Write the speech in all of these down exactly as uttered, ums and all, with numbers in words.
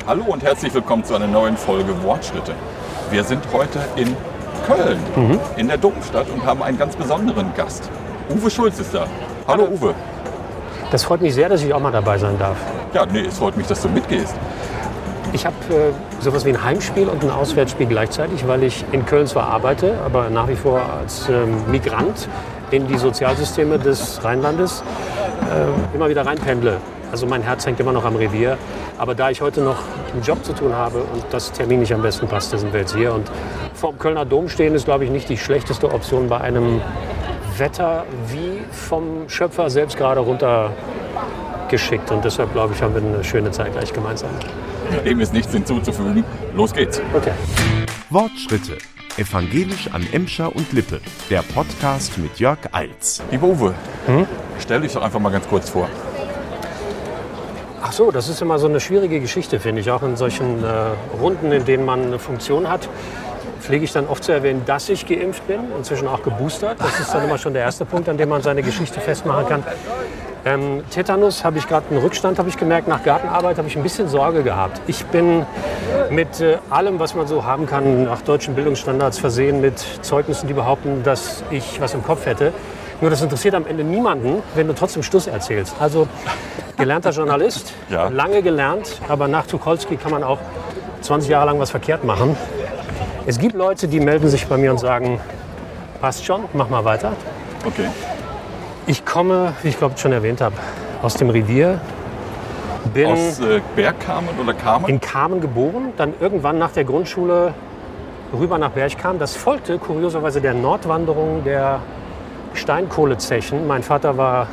Hallo und herzlich willkommen zu einer neuen Folge Wortschritte. Wir sind heute in Köln, mhm. in der Domstadt und haben einen ganz besonderen Gast. Uwe Schulz ist da. Hallo, Hallo Uwe. Das freut mich sehr, dass ich auch mal dabei sein darf. Ja, nee, es freut mich, dass du mitgehst. Ich habe äh, sowas wie ein Heimspiel und ein Auswärtsspiel gleichzeitig, weil ich in Köln zwar arbeite, aber nach wie vor als ähm, Migrant in die Sozialsysteme des Rheinlandes äh, immer wieder reinpendle. Also mein Herz hängt immer noch am Revier. Aber da ich heute noch einen Job zu tun habe und das terminlich am besten passt, sind wir jetzt hier. Und vorm Kölner Dom stehen ist, glaube ich, nicht die schlechteste Option bei einem Wetter wie vom Schöpfer selbst gerade runtergeschickt. Und deshalb, glaube ich, haben wir eine schöne Zeit gleich gemeinsam. Dem ist nichts hinzuzufügen. Los geht's. Okay. Wortschritte. Evangelisch an Emscher und Lippe. Der Podcast mit Jörg Eils. Lieber Uwe, Hm? stell dich doch einfach mal ganz kurz vor. Ach so, das ist immer so eine schwierige Geschichte, finde ich. Auch in solchen äh, Runden, in denen man eine Funktion hat, pflege ich dann oft zu erwähnen, dass ich geimpft bin, inzwischen auch geboostert. Das ist dann immer schon der erste Punkt, an dem man seine Geschichte festmachen kann. Ähm, Tetanus habe ich gerade einen Rückstand, habe ich gemerkt. Nach Gartenarbeit habe ich ein bisschen Sorge gehabt. Ich bin mit äh, allem, was man so haben kann, nach deutschen Bildungsstandards versehen, mit Zeugnissen, die behaupten, dass ich was im Kopf hätte. Nur das interessiert am Ende niemanden, wenn du trotzdem Stuss erzählst. Also gelernter Journalist, Ja. lange gelernt, aber nach Tucholsky kann man auch zwanzig Jahre lang was verkehrt machen. Es gibt Leute, die melden sich bei mir und sagen, passt schon, mach mal weiter. Okay. Ich komme, wie ich glaube schon erwähnt habe, aus dem Revier. Bin Aus äh, Bergkamen oder Kamen? in Kamen geboren, dann irgendwann nach der Grundschule rüber nach Bergkamen. Das folgte kurioserweise der Nordwanderung der Steinkohlezechen. Mein Vater war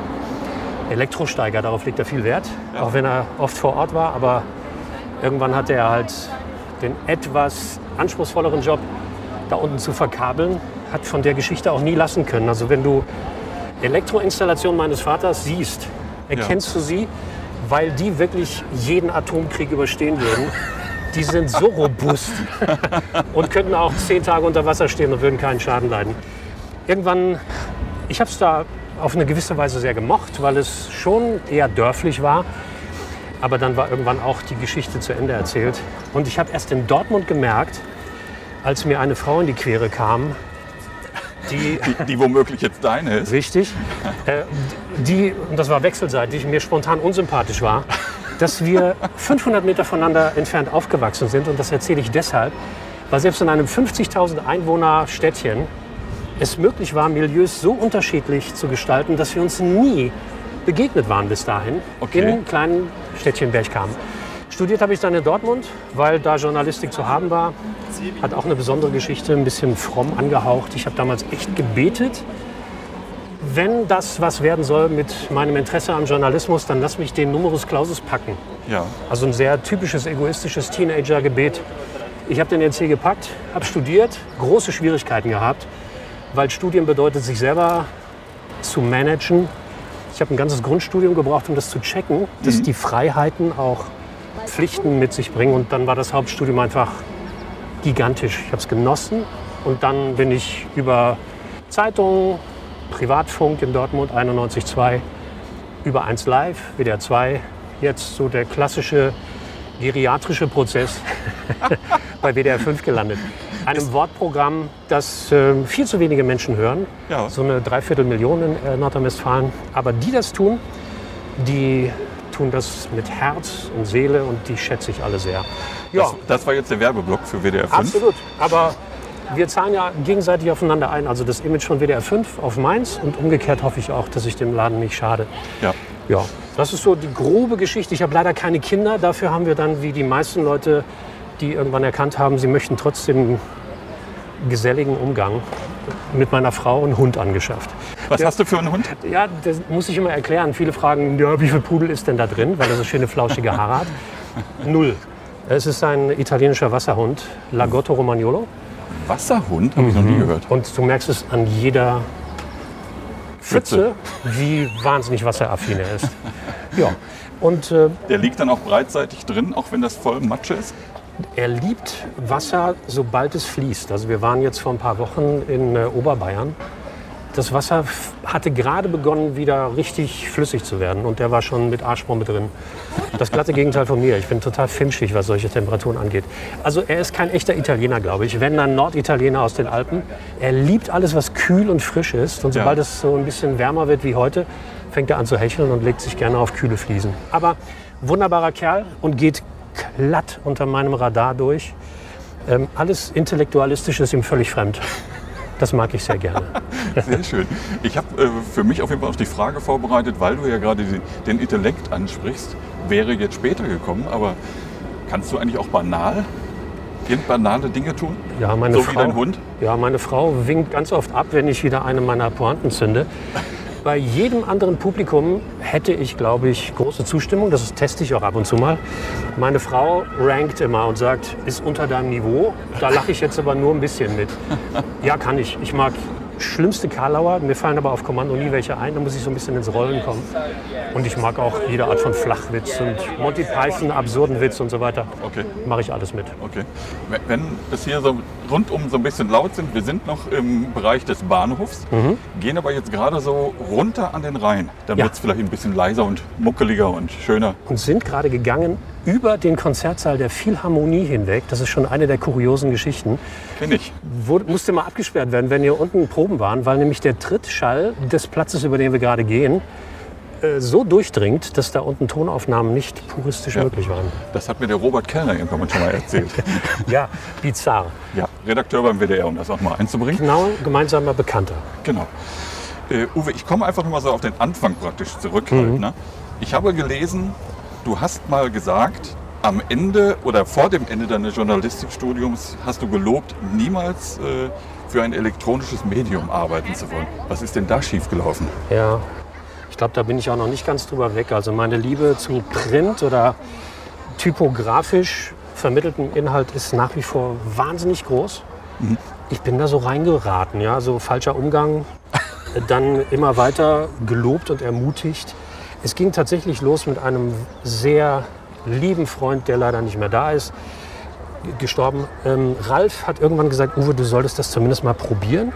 Elektrosteiger, darauf legt er viel Wert, Ja. auch wenn er oft vor Ort war. Aber irgendwann hatte er halt den etwas anspruchsvolleren Job, da unten zu verkabeln, hat von der Geschichte auch nie lassen können. Also wenn du Elektroinstallation meines Vaters siehst, erkennst du sie, weil die wirklich jeden Atomkrieg überstehen würden. Die sind so robust und könnten auch zehn Tage unter Wasser stehen und würden keinen Schaden leiden. Irgendwann, ich habe es da auf eine gewisse Weise sehr gemocht, weil es schon eher dörflich war. Aber dann war irgendwann auch die Geschichte zu Ende erzählt. Und ich habe erst in Dortmund gemerkt, als mir eine Frau in die Quere kam, die, Die, die womöglich jetzt deine ist. richtig, äh, die, und das war wechselseitig, mir spontan unsympathisch war, dass wir fünfhundert Meter voneinander entfernt aufgewachsen sind. Und das erzähle ich deshalb, weil selbst in einem fünfzigtausend Einwohner Städtchen es möglich war, Milieus so unterschiedlich zu gestalten, dass wir uns nie begegnet waren bis dahin, Okay. in kleinen Städtchen Bergkamen. Studiert habe ich dann in Dortmund, weil da Journalistik zu haben war. Hat auch eine besondere Geschichte, ein bisschen fromm angehaucht. Ich habe damals echt gebetet, wenn das was werden soll mit meinem Interesse am Journalismus, dann lass mich den Numerus Clausus packen. Ja. Also ein sehr typisches egoistisches Teenager-Gebet. Ich habe den N C gepackt, habe studiert, große Schwierigkeiten gehabt, weil Studieren bedeutet, sich selber zu managen. Ich habe ein ganzes Grundstudium gebraucht, um das zu checken, dass die Freiheiten auch Pflichten mit sich bringen. Und dann war das Hauptstudium einfach gigantisch. Ich habe es genossen und dann bin ich über Zeitungen, Privatfunk in Dortmund einundneunzig Komma zwei, über eins Live, W D R zwei, jetzt so der klassische geriatrische Prozess bei W D R fünf gelandet. Einem Wortprogramm, das äh, viel zu wenige Menschen hören, Ja. so eine Dreiviertelmillion in äh, Nordrhein-Westfalen. Aber die das tun, die tun das mit Herz und Seele und die schätze ich alle sehr. Ja, Das, das war jetzt der Werbeblock für W D R fünf. absolut. Aber wir zahlen ja gegenseitig aufeinander ein. Also das Image von W D R fünf auf meins und umgekehrt hoffe ich auch, dass ich dem Laden nicht schade. Ja. Ja, das ist so die grobe Geschichte. Ich habe leider keine Kinder. Dafür haben wir dann, wie die meisten Leute, die irgendwann erkannt haben, sie möchten trotzdem geselligen Umgang, mit meiner Frau einen Hund angeschafft. Was Der- hast du für einen Hund? Ja, das muss ich immer erklären. Viele fragen, ja, wie viel Pudel ist denn da drin, weil er so schöne flauschige Haare hat. Null. Es ist ein italienischer Wasserhund, Lagotto Romagnolo. Wasserhund? Habe ich noch nie gehört. Und du merkst es an jeder Pfütze, wie wahnsinnig wasseraffin er ist. Ja. Und äh, Der liegt dann auch breitseitig drin, auch wenn das voll Matsche ist? er liebt Wasser, sobald es fließt. Also wir waren jetzt vor ein paar Wochen in äh, Oberbayern das Wasser hatte gerade begonnen, wieder richtig flüssig zu werden. Und der war schon mit Arschbombe drin. Das glatte Gegenteil von mir. Ich bin total finchig, was solche Temperaturen angeht. Also er ist kein echter Italiener, glaube ich. Wenn dann Norditaliener aus den Alpen. Er liebt alles, was kühl und frisch ist. Und sobald ja. es so ein bisschen wärmer wird wie heute, fängt er an zu hecheln und legt sich gerne auf kühle Fliesen. Aber wunderbarer Kerl und geht glatt unter meinem Radar durch. Ähm, alles Intellektualistische ist ihm völlig fremd. Das mag ich sehr gerne. Sehr schön. Ich habe äh, für mich auf jeden Fall auch die Frage vorbereitet, weil du ja gerade den, den Intellekt ansprichst, wäre jetzt später gekommen, aber kannst du eigentlich auch banal, banale Dinge tun? Ja, meine so Frau, wie dein Hund? Ja, meine Frau winkt ganz oft ab, wenn ich wieder eine meiner Pointen zünde. Bei jedem anderen Publikum hätte ich, glaube ich, große Zustimmung. Das teste ich auch ab und zu mal. Meine Frau rankt immer und sagt, ist unter deinem Niveau. Da lache ich jetzt aber nur ein bisschen mit. Ja, kann ich. Ich mag schlimmste Karlauer. Mir fallen aber auf Kommando nie welche ein. Da muss ich so ein bisschen ins Rollen kommen. Und ich mag auch jede Art von Flachwitz und Monty Python, absurden Witz und so weiter. Okay. Mache ich alles mit. Okay. Wenn es hier so rundum so ein bisschen laut sind, wir sind noch im Bereich des Bahnhofs, mhm. gehen aber jetzt gerade so runter an den Rhein. Dann ja. wird es vielleicht ein bisschen leiser und muckeliger und schöner. Und sind gerade gegangen über den Konzertsaal der Philharmonie hinweg. Das ist schon eine der kuriosen Geschichten. Kenn ich. Wo, musste mal abgesperrt werden, wenn hier unten Proben waren, weil nämlich der Trittschall des Platzes, über den wir gerade gehen, äh, so durchdringt, dass da unten Tonaufnahmen nicht puristisch ja. möglich waren. Das hat mir der Robert Kellner irgendwann schon mal erzählt. Ja, bizarr. Ja, Redakteur beim W D R, um das auch mal einzubringen. Genau, gemeinsamer Bekannter. Genau. Äh, Uwe, ich komme einfach noch mal so auf den Anfang praktisch zurück. Mhm. Halt, ne? Ich habe gelesen, du hast mal gesagt, am Ende oder vor dem Ende deines Journalistikstudiums hast du gelobt, niemals äh, für ein elektronisches Medium arbeiten zu wollen. Was ist denn da schiefgelaufen? Ja, ich glaube, da bin ich auch noch nicht ganz drüber weg. Also meine Liebe zu Print oder typografisch vermitteltem Inhalt ist nach wie vor wahnsinnig groß. Mhm. Ich bin da so reingeraten, ja, so falscher Umgang, dann immer weiter gelobt und ermutigt. Es ging tatsächlich los mit einem sehr lieben Freund, der leider nicht mehr da ist, gestorben. Ähm, Ralf hat irgendwann gesagt, Uwe, du solltest das zumindest mal probieren.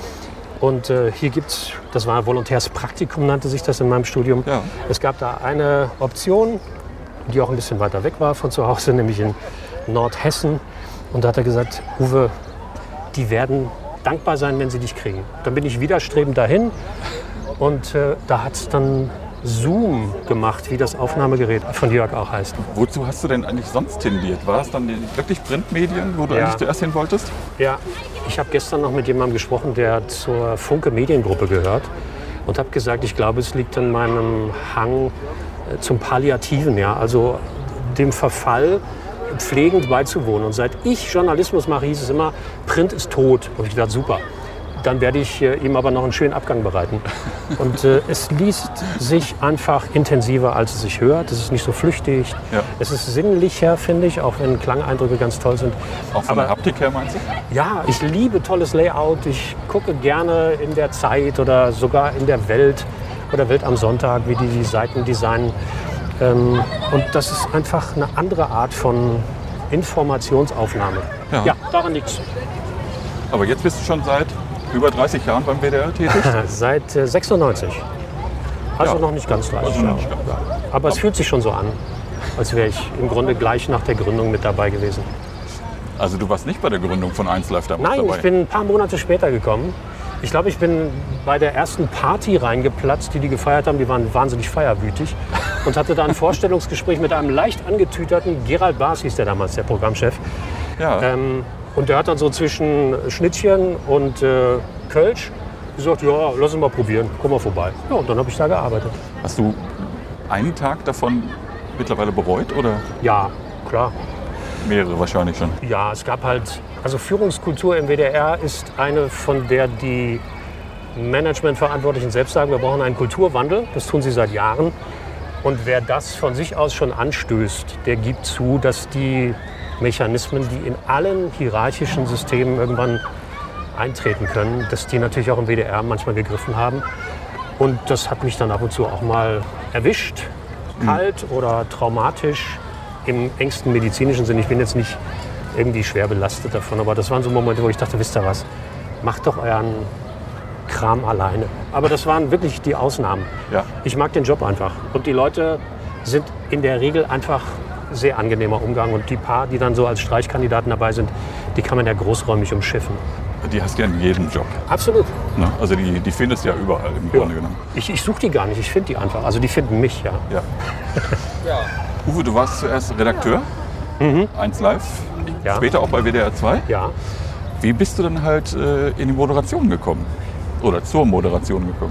Und äh, hier gibt es, das war Volontärspraktikum, nannte sich das in meinem Studium. Ja. Es gab da eine Option, die auch ein bisschen weiter weg war von zu Hause, nämlich in Nordhessen. Und da hat er gesagt, Uwe, die werden dankbar sein, wenn sie dich kriegen. Dann bin ich widerstrebend dahin und äh, da hat es dann Zoom gemacht, wie das Aufnahmegerät von Jörg auch heißt. Wozu hast du denn eigentlich sonst tendiert? War das dann die wirklich Printmedien, wo du ja. eigentlich zuerst hin wolltest? Ja, ich habe gestern noch mit jemandem gesprochen, der zur Funke Mediengruppe gehört und habe gesagt, ich glaube, es liegt an meinem Hang zum Palliativen, ja, also dem Verfall pflegend beizuwohnen. Und seit ich Journalismus mache, hieß es immer, Print ist tot. Und ich dachte, super. Dann werde ich äh, ihm aber noch einen schönen Abgang bereiten. Und äh, es liest sich einfach intensiver, als es sich hört. Es ist nicht so flüchtig. Ja. Es ist sinnlicher, finde ich, auch wenn Klangeindrücke ganz toll sind. Auch von aber, der Haptik her, meinst du? Ja, ich liebe tolles Layout. Ich gucke gerne in der Zeit oder sogar in der Welt oder Welt am Sonntag, wie die die Seiten designen. Ähm, und das ist einfach eine andere Art von Informationsaufnahme. Ja, ja daran liegt's. Aber jetzt bist du schon seit über dreißig Jahren beim W D R tätig? Seit äh, sechsundneunzig. Also ja. noch nicht ganz dreißig also Jahre. Nicht ganz. Ja. Aber es fühlt sich schon so an, als wäre ich im Grunde gleich nach der Gründung mit dabei gewesen. Also du warst nicht bei der Gründung von eins Live damals Nein, dabei? Nein, ich bin ein paar Monate später gekommen. Ich glaube, ich bin bei der ersten Party reingeplatzt, die die gefeiert haben. Die waren wahnsinnig feierwütig. Und hatte da ein Vorstellungsgespräch mit einem leicht angetüterten Gerald Baas, hieß der damals, der Programmchef. Ja. Ähm, Und der hat dann so zwischen Schnittchen und äh, Kölsch gesagt, ja, lass uns mal probieren, komm mal vorbei. Ja, und dann habe ich da gearbeitet. Hast du einen Tag davon mittlerweile bereut, oder? Ja, klar. Mehrere wahrscheinlich schon. Ja, es gab halt, also Führungskultur im W D R ist eine, von der die Managementverantwortlichen selbst sagen, wir brauchen einen Kulturwandel. Das tun sie seit Jahren. Und wer das von sich aus schon anstößt, der gibt zu, dass die Mechanismen, die in allen hierarchischen Systemen irgendwann eintreten können, dass die natürlich auch im W D R manchmal gegriffen haben. Und das hat mich dann ab und zu auch mal erwischt, kalt mhm. oder traumatisch im engsten medizinischen Sinn. Ich bin jetzt nicht irgendwie schwer belastet davon, aber das waren so Momente, wo ich dachte, wisst ihr was, macht doch euren Kram alleine. Aber das waren wirklich die Ausnahmen. Ja. Ich mag den Job einfach. Und die Leute sind in der Regel einfach sehr angenehmer Umgang. Und die paar, die dann so als Streichkandidaten dabei sind, die kann man ja großräumig umschiffen. Die hast du ja in jedem Job. Absolut. Ne? Also die, die findest du ja überall im Ja. Grunde genommen. Ich, ich suche die gar nicht, ich finde die einfach. Also die finden mich, ja. Ja. Uwe, du warst zuerst Redakteur, eins Live, Ja. später auch bei W D R zwei. Ja. Wie bist du dann halt äh, in die Moderation gekommen? Oder zur Moderation gekommen?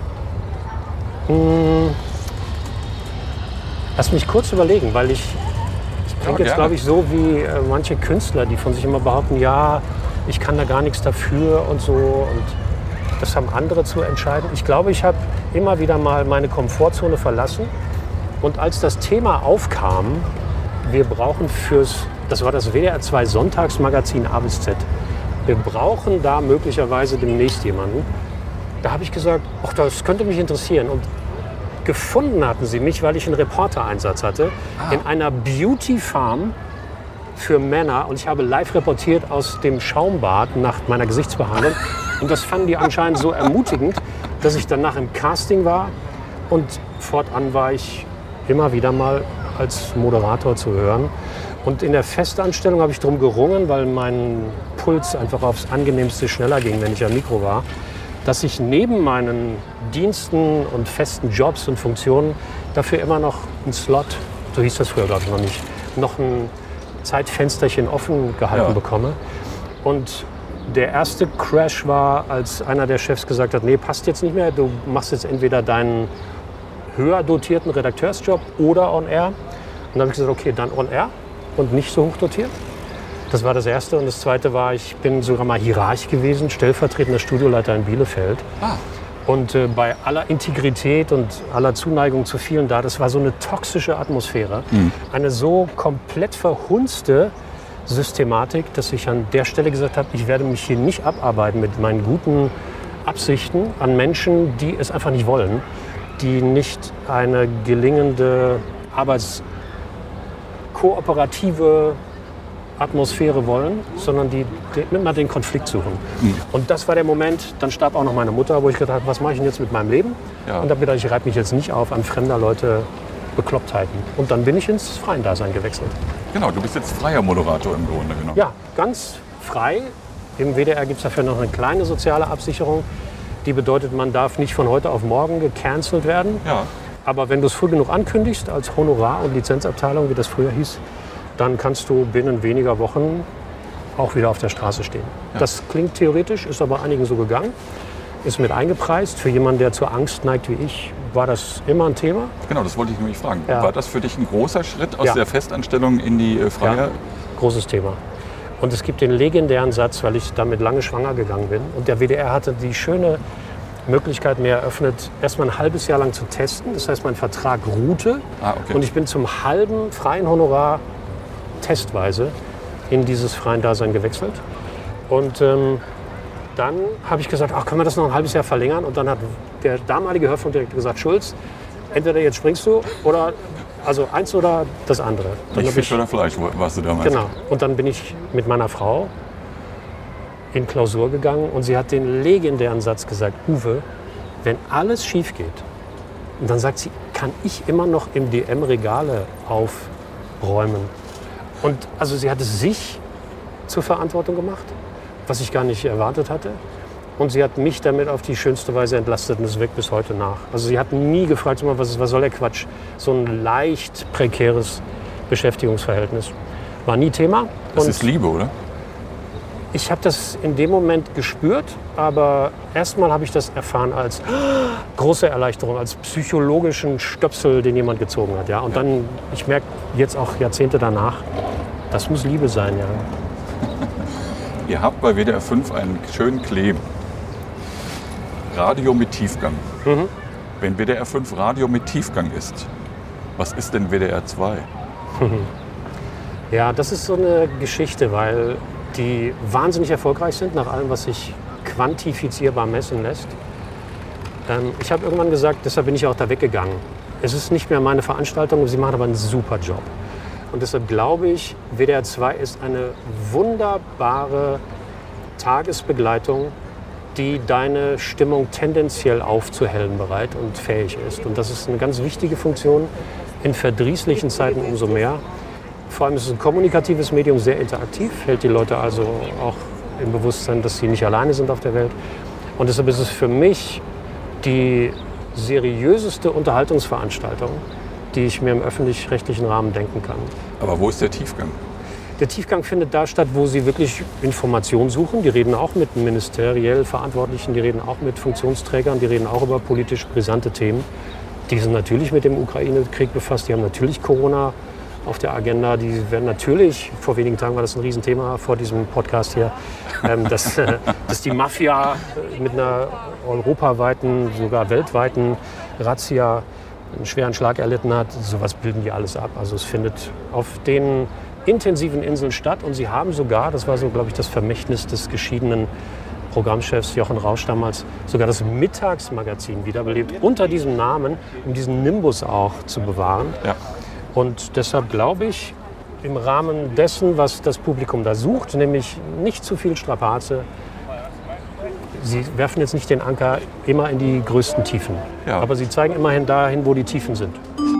Lass mich kurz überlegen, weil ich, ich klinge Ja, jetzt, gerne. glaube ich, so wie äh, manche Künstler, die von sich immer behaupten, ja, ich kann da gar nichts dafür und so. Und das haben andere zu entscheiden. Ich glaube, ich habe immer wieder mal meine Komfortzone verlassen. Und als das Thema aufkam, wir brauchen fürs, das war das W D R zwei Sonntagsmagazin A bis Z, wir brauchen da möglicherweise demnächst jemanden. Da habe ich gesagt, ach, das könnte mich interessieren. Und gefunden hatten sie mich, weil ich einen Reportereinsatz hatte, in einer Beauty Farm für Männer. Und ich habe live reportiert aus dem Schaumbad nach meiner Gesichtsbehandlung. Und das fanden die anscheinend so ermutigend, dass ich danach im Casting war. Und fortan war ich immer wieder mal als Moderator zu hören. Und in der Festanstellung habe ich darum gerungen, weil mein Puls einfach aufs Angenehmste schneller ging, wenn ich am Mikro war, dass ich neben meinen Diensten und festen Jobs und Funktionen dafür immer noch einen Slot, so hieß das früher, glaube ich noch nicht, noch ein Zeitfensterchen offen gehalten Ja. bekomme. Und der erste Crash war, als einer der Chefs gesagt hat, nee, passt jetzt nicht mehr, du machst jetzt entweder deinen höher dotierten Redakteursjob oder On-Air. Und dann habe ich gesagt, okay, dann On-Air und nicht so hoch dotiert. Das war das Erste. Und das Zweite war, ich bin sogar mal Hierarch gewesen, stellvertretender Studioleiter in Bielefeld. Ah. Und äh, bei aller Integrität und aller Zuneigung zu vielen da, das war so eine toxische Atmosphäre. Eine so komplett verhunzte Systematik, dass ich an der Stelle gesagt habe, ich werde mich hier nicht abarbeiten mit meinen guten Absichten an Menschen, die es einfach nicht wollen, die nicht eine gelingende arbeitskooperative Atmosphäre wollen, sondern die, die immer den Konflikt suchen. Mhm. Und das war der Moment, dann starb auch noch meine Mutter, wo ich gedacht habe, was mache ich denn jetzt mit meinem Leben? Ja. Und da habe ich gedacht, ich reibe mich jetzt nicht auf an fremder Leute Beklopptheiten. Und dann bin ich ins freien Dasein gewechselt. Genau, du bist jetzt freier Moderator im Grunde genommen. Ja, ganz frei. Im W D R gibt es dafür noch eine kleine soziale Absicherung. Die bedeutet, man darf nicht von heute auf morgen gecancelt werden. Ja. Aber wenn du es früh genug ankündigst, als Honorar- und Lizenzabteilung, wie das früher hieß, dann kannst du binnen weniger Wochen auch wieder auf der Straße stehen. Ja. Das klingt theoretisch, ist aber einigen so gegangen. Ist mit eingepreist. Für jemanden, der zur Angst neigt wie ich, war das immer ein Thema. Genau, das wollte ich nämlich fragen. Ja. War das für dich ein großer Schritt aus Ja. der Festanstellung in die äh, freie? Ja, großes Thema. Und es gibt den legendären Satz, weil ich damit lange schwanger gegangen bin. Und der W D R hatte die schöne Möglichkeit mir eröffnet, erstmal ein halbes Jahr lang zu testen. Das heißt, mein Vertrag ruhte. Ah, okay. Und ich bin zum halben freien Honorar testweise in dieses freien Dasein gewechselt. Und ähm, dann habe ich gesagt, ach, können wir das noch ein halbes Jahr verlängern? Und dann hat der damalige Hörfunkdirektor gesagt, Schulz, entweder jetzt springst du oder also eins oder das andere. Dann Nicht hab ich, Fisch oder Fleisch wo- warst du damals. genau. Und dann bin ich mit meiner Frau in Klausur gegangen und sie hat den legendären Satz gesagt, Uwe, wenn alles schief geht, und dann sagt sie, kann ich immer noch im D M Regale aufräumen. Und also sie hat es sich zur Verantwortung gemacht, was ich gar nicht erwartet hatte. Und sie hat mich damit auf die schönste Weise entlastet und es wirkt bis heute nach. Also sie hat nie gefragt, sag mal, was, was soll der Quatsch? So ein leicht prekäres Beschäftigungsverhältnis. War nie Thema. Das Und ist Liebe, oder? ich habe das in dem Moment gespürt, aber erstmal habe ich das erfahren als große Erleichterung, als psychologischen Stöpsel, den jemand gezogen hat. Ja? Und dann, ich merke jetzt auch Jahrzehnte danach, das muss Liebe sein. Ja. Ihr habt bei W D R fünf einen schönen Claim. Radio mit Tiefgang. Mhm. Wenn W D R fünf Radio mit Tiefgang ist, was ist denn W D R zwei? Ja, das ist so eine Geschichte, weil die wahnsinnig erfolgreich sind, nach allem, was sich quantifizierbar messen lässt. Ähm, ich habe irgendwann gesagt, deshalb bin ich auch da weggegangen. Es ist nicht mehr meine Veranstaltung, sie machen aber einen super Job. Und deshalb glaube ich, W D R zwei ist eine wunderbare Tagesbegleitung die deine Stimmung tendenziell aufzuhellen bereit und fähig ist. Und das ist eine ganz wichtige Funktion, in verdrießlichen Zeiten umso mehr. Vor allem ist es ein kommunikatives Medium, sehr interaktiv, hält die Leute also auch im Bewusstsein, dass sie nicht alleine sind auf der Welt. Und deshalb ist es für mich die seriöseste Unterhaltungsveranstaltung, die ich mir im öffentlich-rechtlichen Rahmen denken kann. Aber wo ist der Tiefgang? Der Tiefgang findet da statt, wo sie wirklich Informationen suchen. Die reden auch mit ministeriell Verantwortlichen, die reden auch mit Funktionsträgern, die reden auch über politisch brisante Themen. Die sind natürlich mit dem Ukraine-Krieg befasst, die haben natürlich Corona auf der Agenda. Die werden natürlich, vor wenigen Tagen war das ein Riesenthema vor diesem Podcast hier, ähm, dass, äh, dass die Mafia mit einer europaweiten, sogar weltweiten Razzia einen schweren Schlag erlitten hat. Sowas bilden die alles ab. Also es findet auf den intensiven Inseln statt und sie haben sogar, das war so, glaube ich, das Vermächtnis des geschiedenen Programmchefs Jochen Rausch damals, sogar das Mittagsmagazin wiederbelebt, unter diesem Namen, um diesen Nimbus auch zu bewahren. Ja. Und deshalb glaube ich, im Rahmen dessen, was das Publikum da sucht, nämlich nicht zu viel Strapaze, sie werfen jetzt nicht den Anker immer in die größten Tiefen, Ja. aber sie zeigen immerhin dahin, wo die Tiefen sind.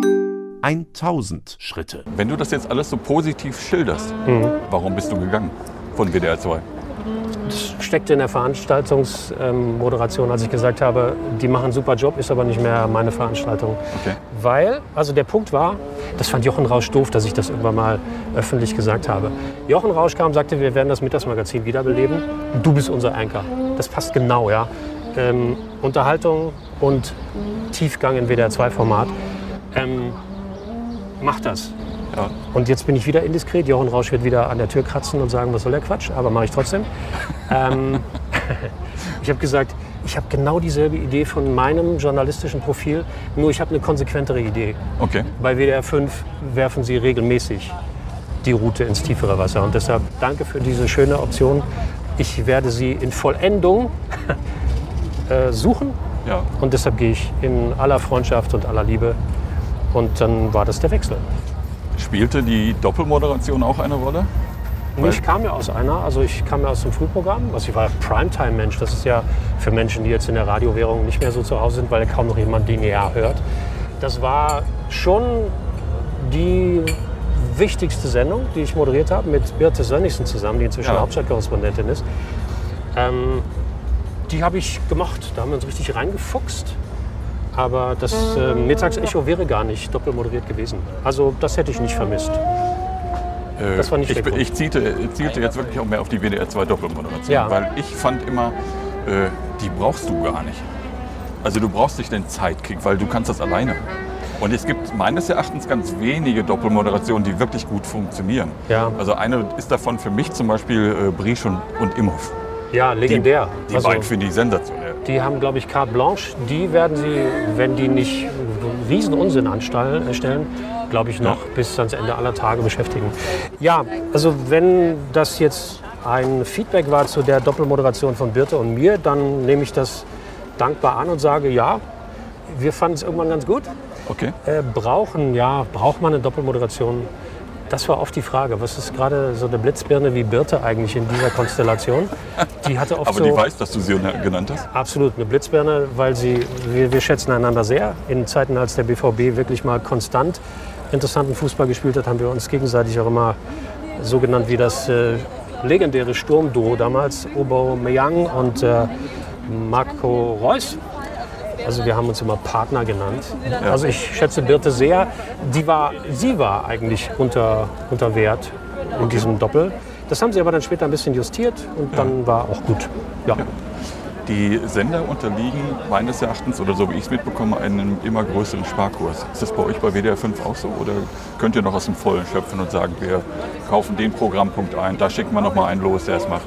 tausend Schritte. Wenn du das jetzt alles so positiv schilderst, Mhm. warum bist du gegangen von W D R zwei? Das steckte in der Veranstaltungsmoderation, als ich gesagt habe, die machen einen super Job, ist aber nicht mehr meine Veranstaltung. Okay. Weil, also der Punkt war, das fand Jochen Rausch doof, dass ich das irgendwann mal öffentlich gesagt habe. Jochen Rausch kam und sagte, wir werden das Mittagsmagazin wiederbeleben. Du bist unser Anchor. Das passt genau, ja. Ähm, Unterhaltung und Tiefgang in W D R zwei Format. Ähm, mach das. Ja. Und jetzt bin ich wieder indiskret. Jochen Rausch wird wieder an der Tür kratzen und sagen, was soll der Quatsch? Aber mache ich trotzdem. ähm, ich habe gesagt, ich habe genau dieselbe Idee von meinem journalistischen Profil, nur ich habe eine konsequentere Idee. Okay. Bei W D R fünf werfen sie regelmäßig die Route ins tiefere Wasser. Und deshalb danke für diese schöne Option. Ich werde sie in Vollendung äh, suchen. Ja. Und deshalb gehe ich in aller Freundschaft und aller Liebe. Und dann war das der Wechsel. Spielte die Doppelmoderation auch eine Rolle? Nee, ich kam ja aus einer, also ich kam ja aus dem Frühprogramm. Also ich war Primetime-Mensch. Das ist ja für Menschen, die jetzt in der Radiowährung nicht mehr so zu Hause sind, weil kaum noch jemand linear hört. Das war schon die wichtigste Sendung, die ich moderiert habe, mit Birte Sönnigsen zusammen, die inzwischen Ja. Hauptstadtkorrespondentin ist. Ähm, die habe ich gemocht. Da haben wir uns richtig reingefuchst. Aber das äh, Mittagsecho wäre gar nicht doppelmoderiert gewesen. Also das hätte ich nicht vermisst. Äh, Das war nicht ich, der Grund. ich zielte, zielte jetzt wirklich auch mehr auf die W D R zwei Doppelmoderation, Ja. weil ich fand immer, äh, die brauchst du gar nicht. Also du brauchst nicht den Sidekick, weil du kannst das alleine. Und es gibt meines Erachtens ganz wenige Doppelmoderationen, die wirklich gut funktionieren. Ja. Also eine ist davon für mich zum Beispiel äh, Briesch und, und Imhoff. Ja, Die, legendär. die Also, beiden finde ich sensationell. die haben, glaube ich, carte blanche. Die werden sie, wenn die nicht einen riesen Unsinn anstellen, erstellen, glaube ich, noch Ja. bis ans Ende aller Tage beschäftigen. Ja, also wenn das jetzt ein Feedback war zu der Doppelmoderation von Birte und mir, dann nehme ich das dankbar an und sage, ja, wir fanden es irgendwann ganz gut. Okay. Äh, brauchen, ja, braucht man eine Doppelmoderation? Das war oft die Frage. Was ist gerade so eine Blitzbirne wie Birte eigentlich in dieser Konstellation? Die hatte oft Aber so die weiß, dass du sie genannt hast. absolut eine Blitzbirne, weil sie, wir, wir schätzen einander sehr. In Zeiten, als der B V B wirklich mal konstant interessanten Fußball gespielt hat, haben wir uns gegenseitig auch immer so genannt wie das äh, legendäre Sturmduo damals, Aubameyang und äh, Marco Reus. Also wir haben uns immer Partner genannt. Also ich schätze Birte sehr. Die war, sie war eigentlich unter, unter Wert in diesem Doppel. Das haben sie aber dann später ein bisschen justiert und dann war auch gut. Ja. Die Sender unterliegen meines Erachtens, oder so wie ich es mitbekomme, einem immer größeren Sparkurs. Ist das bei euch bei W D R fünf auch so? Oder könnt ihr noch aus dem Vollen schöpfen und sagen, wir kaufen den Programmpunkt ein, da schicken wir noch mal einen los, der es macht?